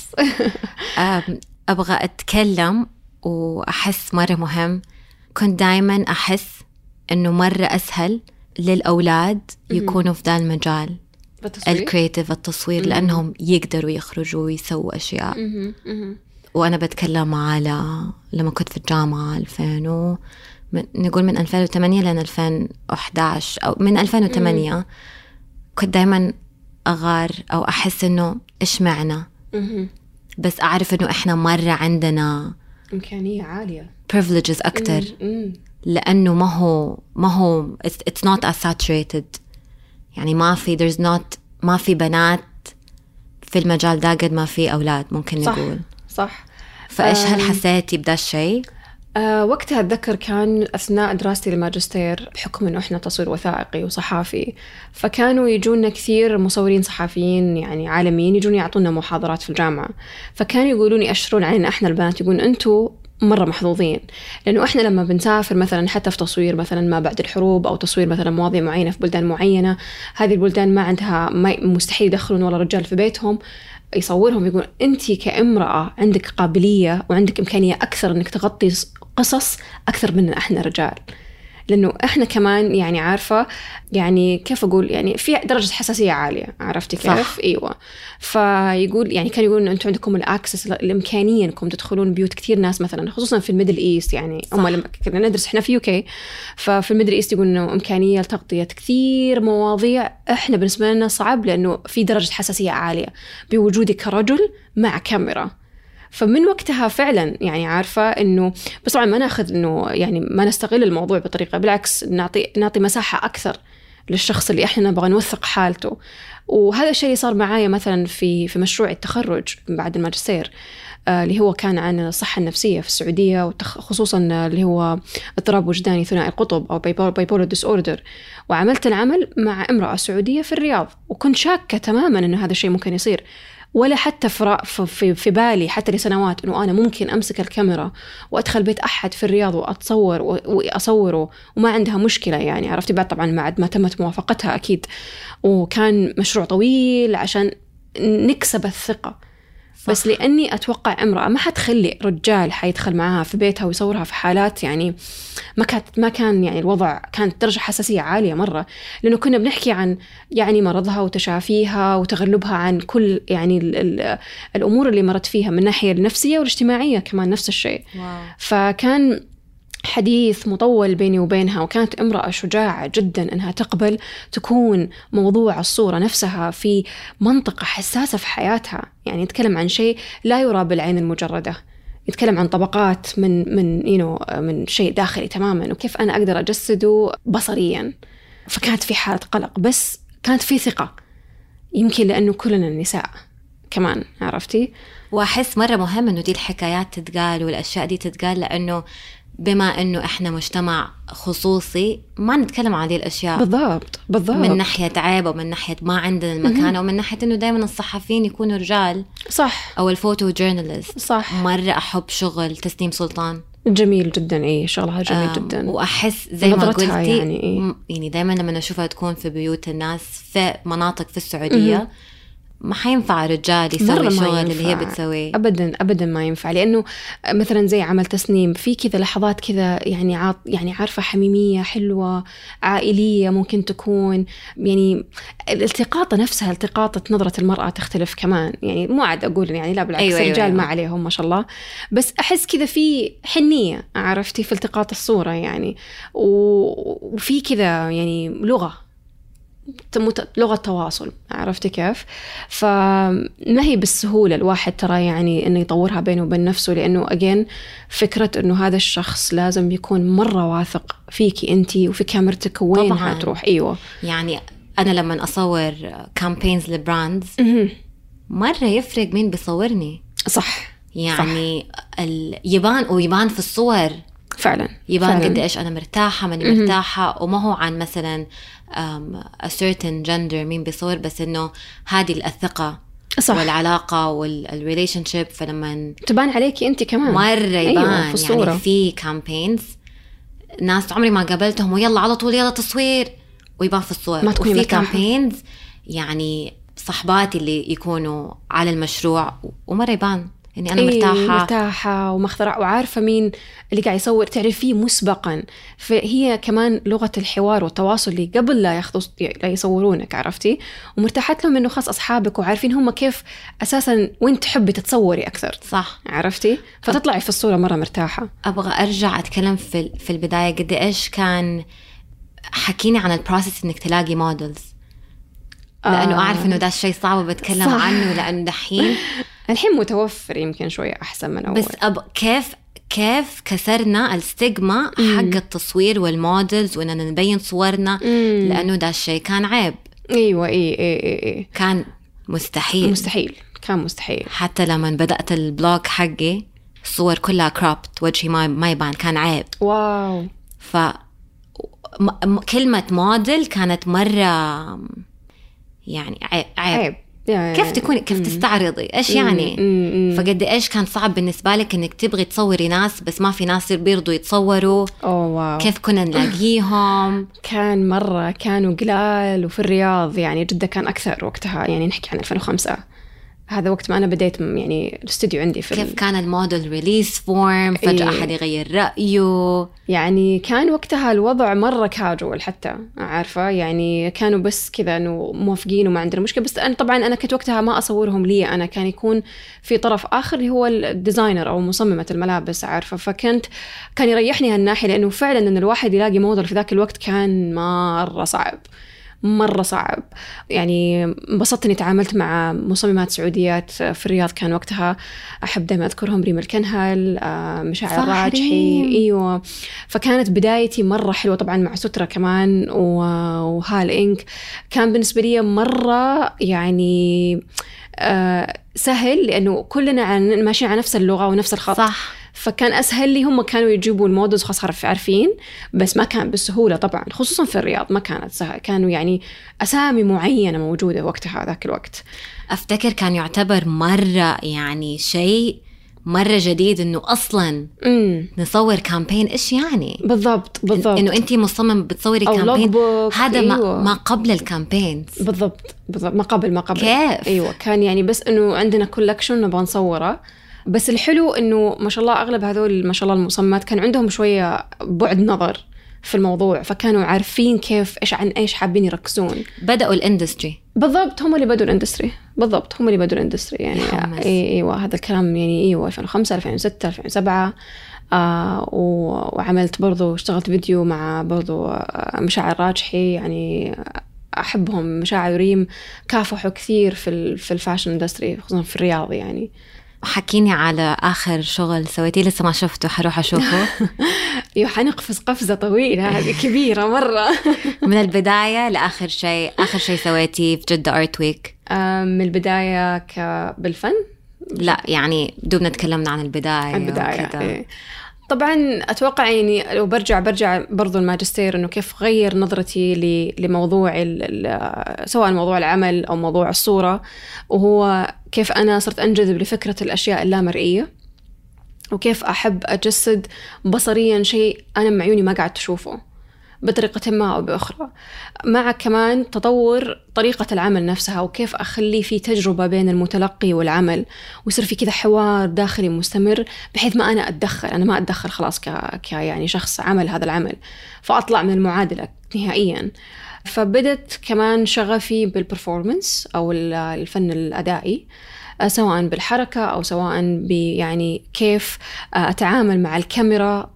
أبغى أتكلم وأحس مرة مهم. كنت دايما أحس إنه مرة أسهل للأولاد يكونوا في ذا المجال الكرياتيف، التصوير، لأنهم يقدروا يخرجوا ويسووا أشياء. وأنا بتكلم على لما كنت في الجامعة 2000 نقول من 2008 لين 2011 أو من 2008 كنت دايما أغار أو أحس إنه إيش معنا، بس أعرف إنه إحنا مرة عندنا إمكانية عالية privileges أكتر، لأنه ما هو it's not as saturated. يعني ما في بنات في المجال ده قد ما في أولاد ممكن نقول. صح. فإيش هل حسيتي بدا الشيء؟ وقتها أتذكر كان أثناء دراستي للماجستير، بحكم إنه إحنا تصوير وثائقي وصحافي، فكانوا يجونا كثير مصورين صحفيين يعني عالميين يجون يعطونا محاضرات في الجامعة، فكانوا يقولون يأشرون علينا إحنا البنات، يقولون أنتوا مرة محظوظين، لأنه إحنا لما بنسافر مثلا حتى في تصوير مثلا ما بعد الحروب أو تصوير مثلا مواضيع معينة في بلدان معينة، هذه البلدان ما عندها مستحيل يدخلون ولا رجال في بيتهم يصورهم. يقول أنتي كامرأة عندك قابلية وعندك إمكانية أكثر إنك تغطي قصص أكثر من إحنا رجال، لأنه إحنا كمان يعني عارفة يعني كيف أقول يعني في درجة حساسية عالية، عرفتي كيف؟ صح. أيوة. فيقول يعني كان يقول إنه أنتم عندكم الأكسس، الإمكانية إنكم تدخلون بيوت كثير ناس مثلا، خصوصا في الميدل إيست. يعني أما لما كنا ندرس إحنا في يوكي، ففي الميدل إيست يقول إنه إمكانية لتغطية كثير مواضيع إحنا بالنسبة لنا صعب، لأنه في درجة حساسية عالية بوجودك كرجل مع كاميرا. فمن وقتها فعلا يعني عارفة إنه بس طبعا ما ناخذ إنه يعني ما نستغل الموضوع بطريقة، بالعكس نعطي مساحة أكثر للشخص اللي إحنا نبغى نوثق حالته. وهذا الشيء صار معايا مثلا في مشروع التخرج بعد الماجستير، اللي هو كان عن الصحة النفسية في السعودية، وخصوصا اللي هو اضطراب وجداني ثنائي القطب أو bipolar disorder. وعملت العمل مع امرأة سعودية في الرياض، وكنت شاكة تماما إنه هذا الشيء ممكن يصير، ولا حتى في بالي حتى لسنوات إنه أنا ممكن أمسك الكاميرا وأدخل بيت أحد في الرياض وأصوره وما عندها مشكلة. يعني عرفتي بعد طبعا بعد ما تمت موافقتها أكيد، وكان مشروع طويل عشان نكسب الثقة. بس لأني أتوقع امرأة ما حتخلي رجال حيدخل معها في بيتها ويصورها في حالات يعني ما كان يعني الوضع كانت درجة حساسية عالية مرة، لأنه كنا بنحكي عن يعني مرضها وتشافيها وتغلبها عن كل يعني الأمور اللي مرت فيها من الناحية النفسية والاجتماعية كمان نفس الشيء. فكان حديث مطول بيني وبينها، وكانت امرأة شجاعة جدا أنها تقبل تكون موضوع الصورة نفسها في منطقة حساسة في حياتها. يعني يتكلم عن شيء لا يرى بالعين المجردة، يتكلم عن طبقات من شيء داخلي تماما، وكيف أنا أقدر أجسده بصريا. فكانت في حالة قلق، بس كانت في ثقة، يمكن لأنه كلنا النساء كمان، عرفتي. وأحس مرة مهم أنه دي الحكايات تتقال والأشياء دي تتقال، لأنه بما أنه إحنا مجتمع خصوصي ما نتكلم عن هذه الأشياء بالضبط من ناحية عيب، ومن ناحية ما عندنا المكان، ومن ناحية أنه دايما الصحفيين يكونوا رجال. صح. أو الفوتو جورناليست. صح. مرة أحب شغل تسنيم سلطان، جميل جدا. شغلها جميل جدا. وأحس زي ما قلتي يعني دايما لما نشوفها تكون في بيوت الناس في مناطق في السعودية ما حينفع رجال يسوي الشغل اللي هي بتسويه. أبدا أبدا ما ينفع، لأنه مثلا زي عمل تسنيم في كذا لحظات كذا يعني عارفة حميمية حلوة عائلية ممكن تكون، يعني الالتقاطة نفسها، التقاطة نظرة المرأة تختلف كمان. يعني مو عاد أقول يعني لا بالعكس، الرجال ما عليهم ما شاء الله، بس أحس كذا في حنية، عرفتي، في التقاط الصورة يعني، وفي كذا يعني لغة تواصل، عرفتي كيف. فما هي بالسهولة الواحد ترى يعني إنه يطورها بينه وبين نفسه، لأنه أجين فكرة إنه هذا الشخص لازم يكون مرة واثق فيكي أنتي وفي كاميرتك وين هتروح. أيوة. يعني أنا لما أصور كامبينز لبراندز مرة يفرق مين بيصورني. صح. يعني صح. يبان في الصور فعلا، يبان قد إيش أنا مرتاحة ماني مرتاحة، وما هو عن مثلا a certain gender مين بيصور، بس إنه هذه الثقة والعلاقة والrelationship، فلما تبان عليكي أنت كمان مرة يبان. أيوة، في يعني في campaigns ناس عمري ما قابلتهم ويلا على طول يلا تصوير، ويبان في الصور. ما تكوني وفي مرتاحة. كامبينز يعني صحباتي اللي يكونوا على المشروع ومرة يبان إني أنا مرتاحة ومخترع وعارفة مين اللي قاعد يصور، تعرفيه مسبقا. فهي كمان لغة الحوار والتواصل اللي قبل لا يصورونك، عرفتي؟ ومرتاحت لهم إنه خاص أصحابك وعارفين هم كيف أساسا وين تحبي تتصوري أكثر. صح، عرفتي؟ فتطلعي في الصورة مرة مرتاحة. أبغى أرجع أتكلم في البداية قد إيش كان حكيني عن البروسيس إنك تلاقي مودلز، لأنه أعرف إنه ده الشيء صعب وبتكلم عنه، لأنه دحين الحين متوفر يمكن شوية أحسن من أول. بس كيف كسرنا الستيغما حق التصوير والمودلز وإننا نبين صورنا، لأنه ده الشيء كان عيب. أيوة إيه. كان مستحيل. كان مستحيل. حتى لما بدأت البلوج حقي الصور كلها كروبت، وجهي ما يبان، كان عيب. واو. كلمة موديل كانت مرة يعني عيب. كيف تكوني، كيف تستعرضي إيش يعني. فقد إيش كان صعب بالنسبة لك إنك تبغي تصوري ناس بس ما في ناس بيرضوا يتصوروا. واو. كيف كنا نلاقيهم؟ كان مرة كانوا قلال، وفي الرياض يعني جدة كان أكثر وقتها، يعني نحكي عن 2005، هذا وقت ما أنا بديت يعني الاستوديو عندي. كيف كان الموديل ريليس فورم؟ فجأة أحد يغير رأيه. يعني كان وقتها الوضع مرة كاجوال حتى، عارفة يعني كانوا بس كذا إنه موافقين وما عندنا مشكلة. بس أنا كنت وقتها ما أصورهم لي أنا، كان يكون في طرف آخر اللي هو الديزاينر أو مصممة الملابس، عارفة. كان يريحني هالناحية، لأنه فعلا إن الواحد يلاقي موديل في ذاك الوقت كان مرة صعب. يعني انبسطت إني تعاملت مع مصممات سعوديات في الرياض، كان وقتها أحب دائما أذكرهم ريم الكنهل، مشاعر الراجحي. أيوة. فكانت بدايتي مرة حلوة طبعا مع سترة كمان وهال إنك. كان بالنسبة لي مرة يعني سهل، لأنه كلنا ماشيين على نفس اللغة ونفس الخط. صح. فكان أسهل لي، هم كانوا يجيبوا المودلز خاص عارفين، بس ما كان بالسهولة طبعا، خصوصا في الرياض ما كانت سهل. كانوا يعني أسامي معينة موجودة وقتها ذاك الوقت. أفتكر كان يعتبر مرة يعني شيء مرة جديد إنه أصلاً نصور كامبين. إيش يعني بالضبط إنه أنتي مصمم بتصوري كامبين، هذا أيوة. ما قبل الكامبينز. بالضبط ما قبل كيف؟ أيوة. كان يعني بس إنه عندنا كولكشن نبغى نصوره. بس الحلو إنه ما شاء الله أغلب هذول ما شاء الله المصممات كان عندهم شوية بعد نظر في الموضوع، فكانوا عارفين كيف عن إيش حابين يركزون. بدأوا الاندستري. بالضبط، هم اللي بدوا الاندستري. يعني ايوه هذا الكلام يعني ايوه 2005 2006 2007. وعملت برضو، اشتغلت فيديو مع برضو مشاعر الراجحي، يعني احبهم. مشاعر وريم كافحوا كثير في الفاشن اندستري، خصوصا في الرياض يعني. حكيني على آخر شغل سويتيه، لسه ما شفته، حروح أشوفه. حنقفز قفزة طويلة هذه كبيرة مرة. من البداية لآخر شيء. آخر شيء سويتيه في جدة آرت ويك؟ من البداية بالفن؟ لا يعني دوبنا تكلمنا عن البداية. طبعا أتوقع يعني لو برجع برضو الماجستير، إنه كيف غير نظرتي لموضوع سواء موضوع العمل أو موضوع الصورة، وهو كيف أنا صرت أنجذب لفكرة الأشياء اللامرئية، وكيف أحب أجسد بصريا شيء أنا مع عيوني ما قاعد تشوفه بطريقة ما أو بأخرى، مع كمان تطور طريقة العمل نفسها، وكيف أخلي في تجربة بين المتلقي والعمل، ويصير في كذا حوار داخلي مستمر، بحيث ما أنا أتدخل خلاص يعني شخص عمل هذا العمل، فأطلع من المعادلة نهائيا. فبدت كمان شغفي بالبرفورمانس أو الفن الأدائي، سواء بالحركة أو سواء يعني كيف أتعامل مع الكاميرا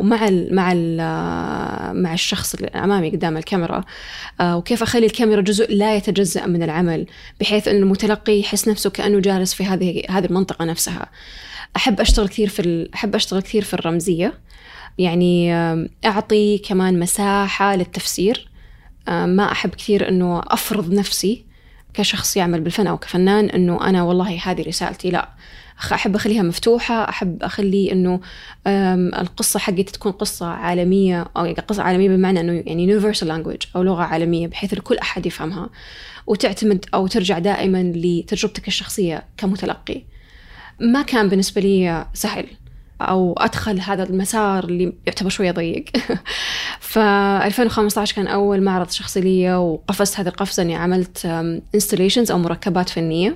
مع الشخص اللي أمامي قدام الكاميرا، وكيف أخلي الكاميرا جزء لا يتجزأ من العمل، بحيث أن المتلقي يحس نفسه كأنه جالس في هذه المنطقة نفسها. أحب أشتغل كثير في الرمزية، يعني أعطي كمان مساحة للتفسير. ما أحب كثير أنه أفرض نفسي كشخص يعمل بالفن أو كفنان أنه أنا والله هذه رسالتي، لا، أحب أخليها مفتوحة. أحب أخلي أنه القصة حقتي تكون قصة عالمية، أو قصة عالمية بمعنى أنه يعني universal language أو لغة عالمية، بحيث الكل أحد يفهمها، وتعتمد أو ترجع دائما لتجربتك الشخصية كمتلقي. ما كان بالنسبة لي سهل أو أدخل هذا المسار اللي يعتبر شوية ضيق. ف2015 كان أول معرض شخصي لي، وقفزت هذه القفزة أني عملت installations أو مركبات فنية.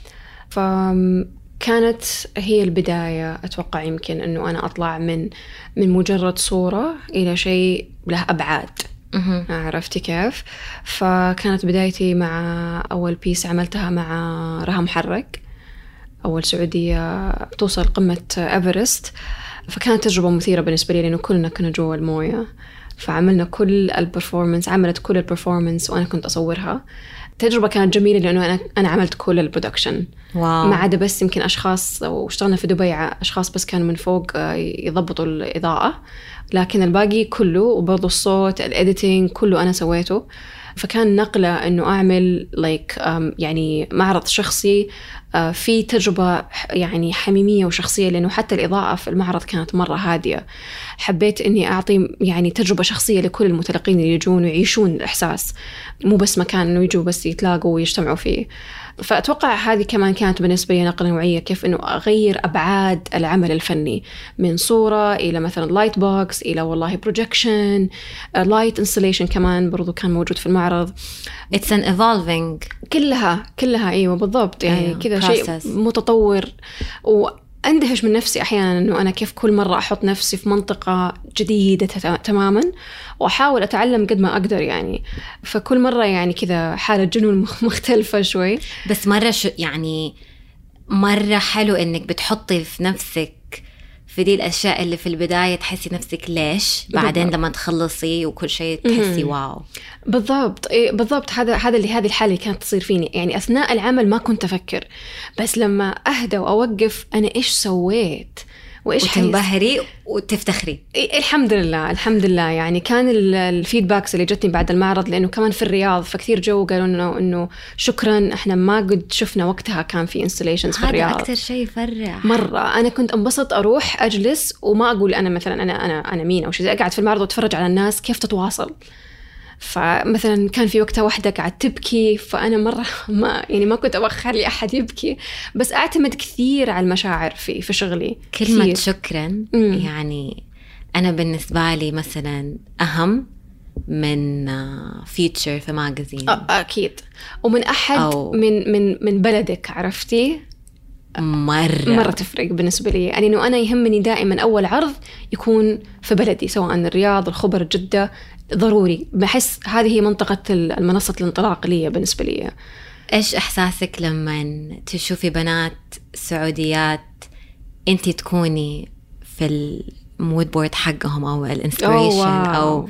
فكانت هي البداية أتوقع يمكن أنه أنا أطلع من مجرد صورة إلى شيء له أبعاد. عرفتي كيف؟ فكانت بدايتي مع أول بيس عملتها مع رها محرك، أول سعودية توصل قمة إيفرست. فكانت تجربة مثيرة بالنسبة لي لأنه كلنا كنا جوا الموية، فعملنا كل البرفورمانس، عملت كل البرفورمانس وأنا كنت أصورها. تجربة كانت جميلة لأنه أنا عملت كل البرودكشن، ما عدا بس يمكن أشخاص، واشتغلنا في دبي أشخاص بس كانوا من فوق يضبطوا الإضاءة، لكن الباقي كله وبرضو الصوت الإديتينج كله أنا سويته. فكان نقلة إنه أعمل يعني معرض شخصي في تجربة يعني حميمية وشخصية، لأنه حتى الإضاءة في المعرض كانت مرة هادية. حبيت إني أعطي يعني تجربة شخصية لكل المتلقين اللي يجون ويعيشون الإحساس، مو بس مكان إنه يجوا بس يتلاقوا ويجتمعوا فيه. فأتوقع هذه كمان كانت بالنسبة لي نقلة نوعية، كيف إنه أغير أبعاد العمل الفني من صورة إلى مثلا لايت بوكس إلى والله بروجيكشن، لايت انستليشن كمان برضو كان موجود في المعرض. It's an evolving كلها أيوة بالضبط، يعني كذا شيء متطور. وأندهش من نفسي أحيانا إنه أنا كيف كل مرة أحط نفسي في منطقة جديدة تماما وأحاول أتعلم قد ما أقدر يعني. فكل مرة يعني كذا حالة جنون مختلفة شوي. بس مرة يعني مرة حلو إنك بتحطي في نفسك في دي الأشياء اللي في البداية تحسي نفسك ليش، بعدين لما تخلصي وكل شيء تحسي واو. بالضبط هذا اللي هذه الحالة اللي كانت تصير فيني. يعني أثناء العمل ما كنت أفكر، بس لما أهدى وأوقف أنا إيش سويت وتنبهري وتفتخري. الحمد لله. يعني كان الفيدباكس اللي جتني بعد المعرض، لأنه كمان في الرياض فكثير جو قالوا إنه شكرا، إحنا ما قد شفنا وقتها كان في installations في الرياض. هذا أكتر شيء يفرح مرة. أنا كنت أنبسط أروح أجلس وما أقول أنا مثلا أنا مين أو شيء، أقعد في المعرض وأتفرج على الناس كيف تتواصل. فمثلا كان في وقتها واحدة قاعد تبكي، فأنا مرة ما كنت أخلي لي أحد يبكي، بس أعتمد كثير على المشاعر في شغلي. كلمة كثير. شكرا يعني أنا بالنسبة لي مثلا أهم من فيتشر في ماجازين. أكيد. ومن أحد من بلدك، عرفتي؟ مرة تفرق بالنسبة لي. يعني إنه أنا يهمني دائما أول عرض يكون في بلدي، سواء الرياض، الخبر، جدة، ضروري. بحس هذه هي منطقة المنصة الانطلاق لي بالنسبة لي. إيش إحساسك لما تشوفي بنات سعوديات أنتي تكوني في المود بورد حقهم أو الانسبريشن أو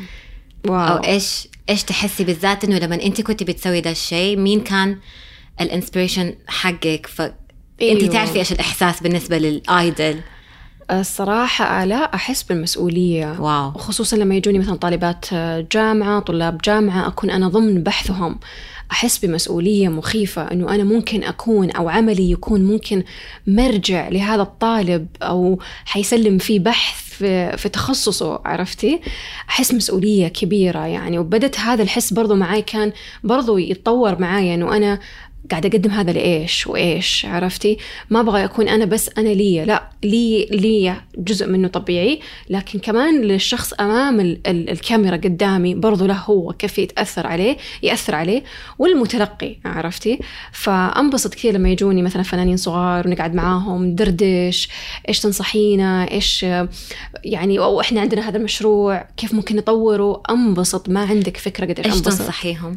إيش تحسي بالذات إنه لما أنتي كنتي بتسوي ده الشيء، مين كان الانسبريشن حقك؟ أنتي تعرفي إيش الإحساس بالنسبة للآيدل؟ الصراحة لا أحس بالمسؤولية. واو. خصوصا لما يجوني مثلا طالبات جامعة، طلاب جامعة، أكون أنا ضمن بحثهم، أحس بمسؤولية مخيفة أنه أنا ممكن أكون أو عملي يكون ممكن مرجع لهذا الطالب أو حيسلم فيه بحث في تخصصه. عرفتي؟ أحس مسؤولية كبيرة يعني. وبدت هذا الحس برضو معاي، كان برضو يتطور معاي أنه أنا قاعدة أقدم هذا لإيش وإيش. عرفتي؟ ما أبغى أكون أنا بس أنا لا لي جزء منه طبيعي، لكن كمان للشخص أمام الكاميرا قدامي برضو له هو كيف يأثر عليه والمتلقي. عرفتي؟ فأنبسط كثير لما يجوني مثلا فنانين صغار ونقعد معاهم ندردش، إيش تنصحينا، إيش يعني، أو إحنا عندنا هذا المشروع كيف ممكن نطوره. أنبسط، ما عندك فكرة قديش أنبسط. إيش تنصحيهم؟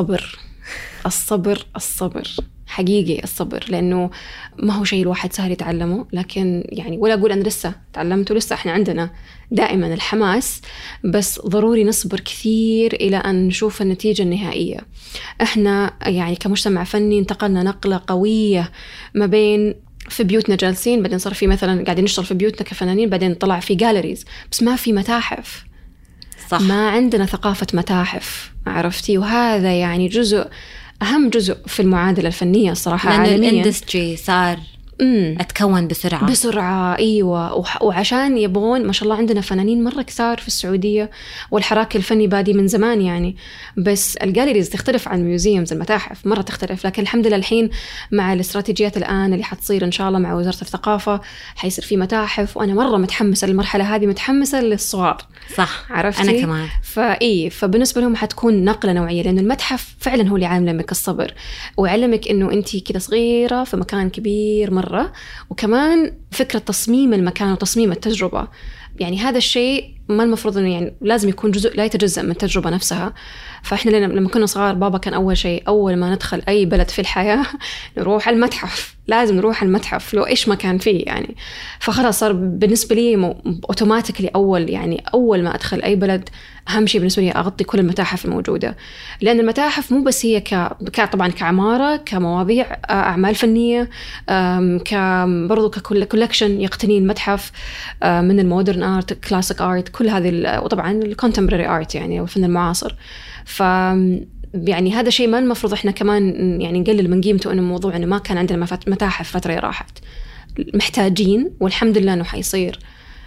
الصبر حقيقي، الصبر، لأنه ما هو شيء الواحد سهل يتعلمه. لكن يعني ولا أقول أنا لسه تعلمته، لسه إحنا عندنا دائما الحماس، بس ضروري نصبر كثير إلى أن نشوف النتيجة النهائية. إحنا يعني كمجتمع فني انتقلنا نقلة قوية ما بين في بيوتنا جالسين، بعدين صار في مثلا قاعدين نشتغل في بيوتنا كفنانين، بعدين طلع في جاليريز، بس ما في متاحف. صح. ما عندنا ثقافة متاحف. عرفتي؟ وهذا يعني أهم جزء في المعادلة الفنية الصراحة عالميا. الاندستري صار أتكون بسرعة. أيوة. وعشان يبغون، ما شاء الله عندنا فنانين مرة كثار في السعودية، والحراك الفني بادي من زمان يعني. بس الجاليريز تختلف عن الميوزيومز، المتاحف مرة تختلف. لكن الحمد لله الحين مع الاستراتيجيات الآن اللي حتصير إن شاء الله مع وزارة الثقافة حيصير في متاحف، وأنا مرة متحمسة للمرحلة هذه، متحمسة للصغار. صح، عرفتي؟ أنا كمان. فبالنسبة لهم حتكون نقلة نوعية، لأنه المتحف فعلا هو اللي يعلمك الصبر، ويعلمك إنه أنتي كده صغيرة في مكان كبير مرة، وكمان فكرة تصميم المكان وتصميم التجربة. يعني هذا الشيء ما المفروض إنه يعني لازم يكون جزء لا يتجزأ من التجربة نفسها. فإحنا لما كنا صغار بابا كان أول شيء أول ما ندخل أي بلد في الحياة نروح المتحف، لازم نروح المتحف لو إيش ما كان فيه يعني. فخلاص صار بالنسبة لي أوتوماتيكلي أول ما أدخل أي بلد أهم شيء بالنسبة لي أغطي كل المتاحف الموجودة، لأن المتاحف مو بس هي طبعا كعمارة، كمواضيع أعمال فنية، برضو ككولكشن يقتني المتحف من المودرن آرت، كلاسيك آرت، كل هذه، وطبعا الكونتمبراري آرت يعني والفن المعاصر. يعني هذا شيء ما المفروض إحنا كمان يعني نقلل من قيمته، إنه موضوع إنه ما كان عندنا متاحف فترة راحت، محتاجين والحمد لله إنه حيصير.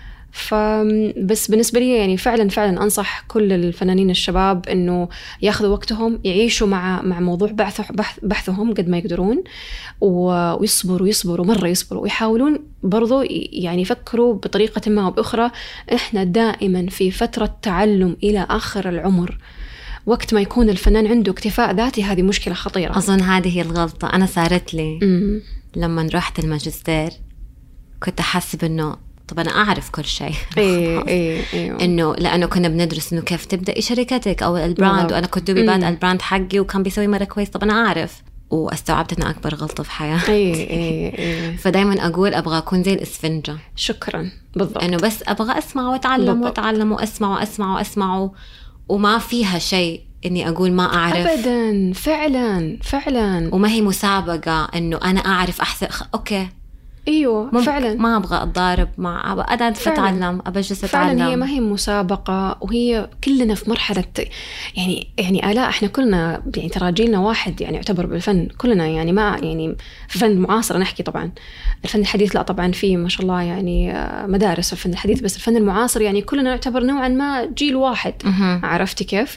بس بالنسبة لي يعني فعلا أنصح كل الفنانين الشباب إنه ياخذوا وقتهم، يعيشوا مع موضوع بحثهم قد ما يقدرون، ويصبروا مرة يصبروا، ويحاولون برضو يعني يفكروا بطريقة ما أو بأخرى. إحنا دائما في فترة تعلم إلى آخر العمر، وقت ما يكون الفنان عنده اكتفاء ذاتي هذه مشكلة خطيرة. أظن هذه هي الغلطة أنا صارت لي لما رحت الماجستير. كنت أحسب إنه طب أنا أعرف كل شيء. إيه. إنه لأنه كنا بندرس إنه كيف تبدأ شركتك أو البراند، وأنا كنت ببادئ البراند حقي وكان بيسوي مرة كويس. طب أنا أعرف، واستوعبت إنه أكبر غلطة في حياتي. إيه. فدايما أقول أبغى أكون زي الإسفنجة. شكرا. بالضبط. إنه بس أبغى أسمع وأتعلم وأتعلم وأسمع وما فيها شيء إني أقول ما أعرف أبدا. فعلا. وما هي مسابقة إنه أنا أعرف أحسن. أوكي. ايوه فعلا. ما ابغى اتضارب مع انا اتعلم، ابجلس اتعلم. فعلا هي ما هي مسابقه، وهي كلنا في مرحله يعني آلاء احنا كلنا يعني ترى جيلنا واحد يعني يعتبر بالفن كلنا، يعني ما يعني في الفن المعاصر نحكي، طبعا الفن الحديث لا طبعا فيه ما شاء الله يعني مدارس في الفن الحديث، بس الفن المعاصر يعني كلنا نعتبر نوعا ما جيل واحد. عرفتي كيف؟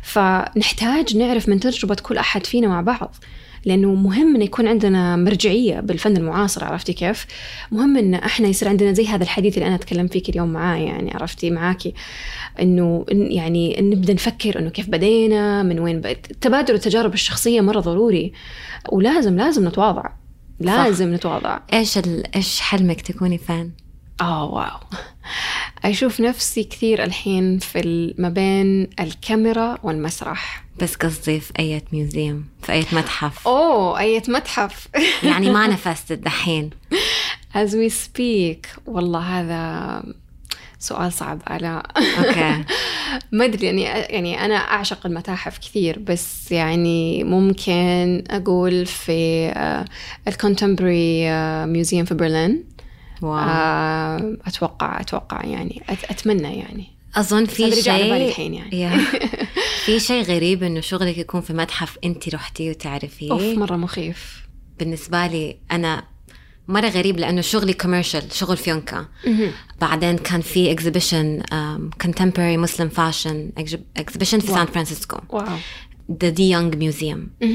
فنحتاج نعرف من تجربه كل احد فينا مع بعض، لأنه مهم إن يكون عندنا مرجعية بالفن المعاصر. عرفتي كيف؟ مهم إن إحنا يصير عندنا زي هذا الحديث اللي أنا أتكلم فيك اليوم معاه، يعني عرفتي معاكي إنه يعني نبدأ نفكر إنه كيف بدينا، من وين تبادل التجارب الشخصية مرة ضروري، ولازم نتواضع. لازم نتواضع. إيش حلمك تكوني فان؟ واو. أشوف نفسي كثير الحين في ما بين الكاميرا والمسرح. بس قصدي في أي ميوزيوم، في أي متحف. أي متحف. يعني ما نفست الدحين as we speak. والله هذا سؤال صعب آلاء. أوكي. ما أدري يعني أنا أعشق المتاحف كثير، بس يعني ممكن أقول في الكونتمبري ميوزيوم في برلين. أتوقع يعني أتمنى يعني. أظن في شيء يعني. في شيء غريب إنه شغلك يكون في متحف أنتي رحتي وتعرفيه. مرة مخيف بالنسبة لي أنا، مرة غريب لأنه شغلي كوميرشال، شغل فيونكا. بعدين كان في exhibition contemporary Muslim fashion exhibition في سان فرانسيسكو. The Young Museum.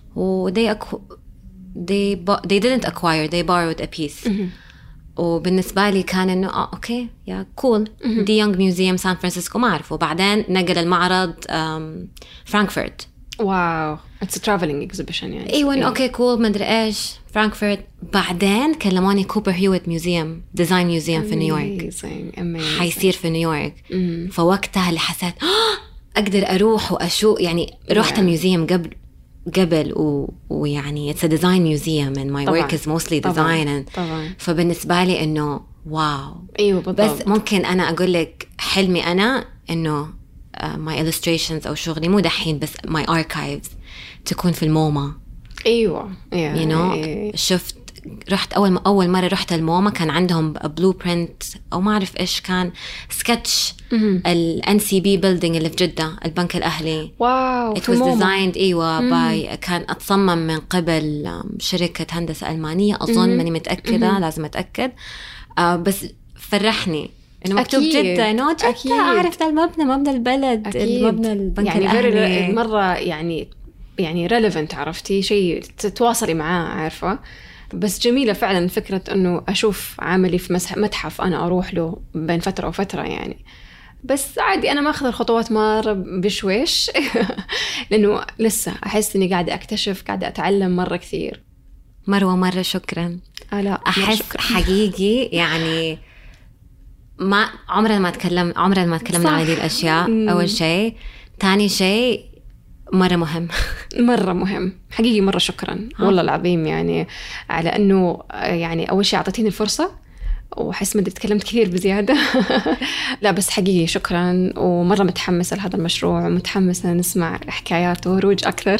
they didn't acquire, they borrowed a piece. وبالنسبة لي كان إنه أوكي يا كول. دي يونغ ميوزيوم سان فرانسيسكو ما أعرفه. وبعدين نقل المعرض فرانكفورت. واو. It's a traveling exhibition يعني. أيوة أوكي كول ما أدري إيش فرانكفورت. بعدين كلموني كوبر هيوت ميوزيوم، ديزاين ميوزيوم في نيويورك. حيصير في نيويورك. فوقتها اللي حسيت أقدر أروح وأشوف يعني. رحت الميوزيوم قبل ويعني it's a design museum and my work is mostly design. طبعاً. فبالنسبة لي إنه واو. أيوة بالضبط. بس ممكن أنا أقول لك حلمي أنا إنه my illustrations أو شغلي مو دحين بس my archives تكون في الموما. أيوة. you know. شفت رحت أول مرة رحت الموما، كان عندهم بلو برينت أو ما أعرف إيش كان، سكتش NCB building اللي في جدة، البنك الأهلي. واو. It was designed كان أتصمم من قبل شركة هندسة ألمانية أظن، ماني متأكدة، لازم أتأكد. بس فرحني إنه مكتوب جدة، إنه جدة أعرف ده المبنى، مبنى البلد، المبنى البنك يعني الأهلي. مرة يعني relevant، عرفتي شيء تتواصلي معاه، عارفة. بس جميلة فعلا فكرة أنه أشوف عاملي في متحف أنا أروح له بين فترة وفترة يعني. بس عادي أنا ما أخذ الخطوات مرة بشويش لأنه لسه أحس أني قاعدة أكتشف، قاعدة أتعلم مرة كثير. مروة مرة شكرا. لا أحس شكرا. حقيقي يعني ما عمرنا ما تكلمنا عن هذه الأشياء. أول شيء، تاني شيء مرة مهم مرة مهم حقيقي، مرة شكرا والله العظيم يعني على أنه يعني أول شيء أعطيتيني الفرصة، وحس مدري تكلمت كثير بزيادة لا بس حقيقي شكرا، ومرة متحمسة لهذا المشروع، ومتحمسة نسمع حكايات وروج أكثر.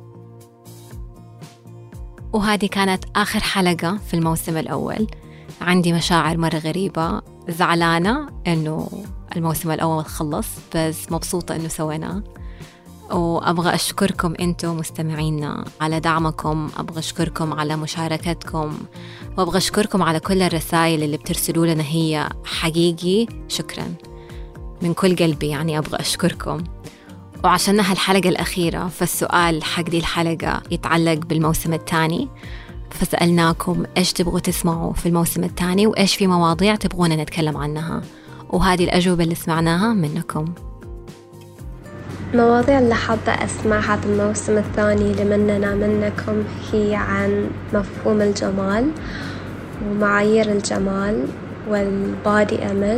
وهذه كانت آخر حلقة في الموسم الأول. عندي مشاعر مرة غريبة، زعلانة إنه الموسم الأول خلص، بس مبسوطة إنه سويناه. وأبغى أشكركم أنتم مستمعينا على دعمكم، أبغى أشكركم على مشاركتكم، وأبغى أشكركم على كل الرسائل اللي بترسلوا لنا، هي حقيقي شكرا من كل قلبي يعني. أبغى أشكركم. وعشانها الحلقة الأخيرة، فالسؤال حق دي الحلقة يتعلق بالموسم الثاني، فسألناكم إيش تبغوا تسمعوا في الموسم الثاني، وإيش في مواضيع تبغونا نتكلم عنها، وهذه الأجوبة اللي سمعناها منكم. المواضيع اللي حابة أسمعها في الموسم الثاني لمننا منكم هي عن مفهوم الجمال ومعايير الجمال والبادي إيمج،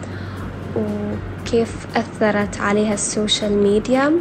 وكيف أثرت عليها السوشيال ميديا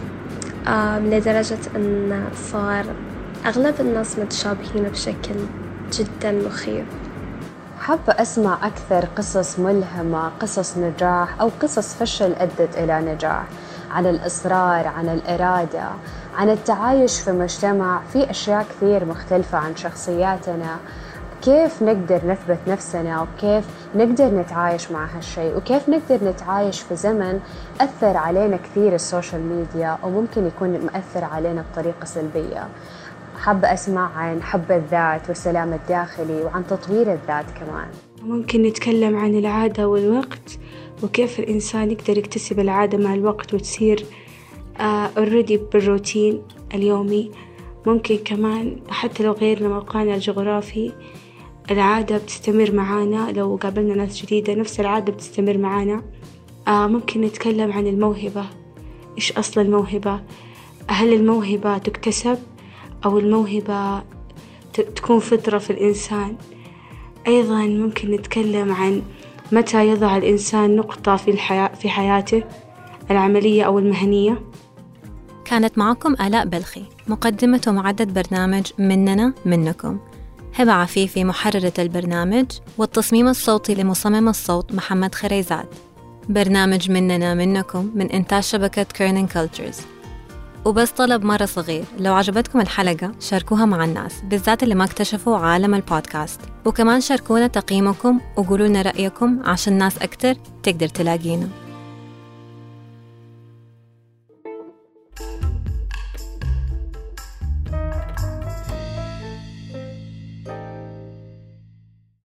لدرجة أن صار أغلب الناس متشابهين بشكل جدا مخيف. حابة أسمع أكثر قصص ملهمة، قصص نجاح أو قصص فشل أدت إلى نجاح، عن الإصرار، عن الإرادة، عن التعايش في مجتمع فيه أشياء كثير مختلفة عن شخصياتنا، كيف نقدر نثبت نفسنا، وكيف نقدر نتعايش مع هالشيء، وكيف نقدر نتعايش في زمن أثر علينا كثير السوشيال ميديا، أو ممكن يكون مؤثر علينا بطريقة سلبية. حابة أسمع عن حب الذات والسلام الداخلي، وعن تطوير الذات كمان. ممكن نتكلم عن العادة والوقت، وكيف الإنسان يقدر يكتسب العادة مع الوقت وتصير already بالروتين اليومي. ممكن كمان حتى لو غيرنا موقعنا الجغرافي، العادة بتستمر معانا، لو قابلنا ناس جديدة نفس العادة بتستمر معانا. ممكن نتكلم عن الموهبة، إيش أصل الموهبة؟ هل الموهبة تكتسب أو الموهبة تكون فطرة في الإنسان؟ أيضا ممكن نتكلم عن متى يضع الإنسان نقطة في حياته العملية أو المهنية. كانت معكم آلاء بلخي، مقدمة ومعدة برنامج مننا منكم، هبة عفيفي محررة البرنامج، والتصميم الصوتي لمصمم الصوت محمد خريزات. برنامج مننا منكم من إنتاج شبكة كيرنين كولتشرز. وبس طلب مرة صغير، لو عجبتكم الحلقة شاركوها مع الناس، بالذات اللي ما اكتشفوا عالم البودكاست، وكمان شاركونا تقييمكم وقولوا لنا رأيكم عشان ناس أكتر تقدر تلاقينا.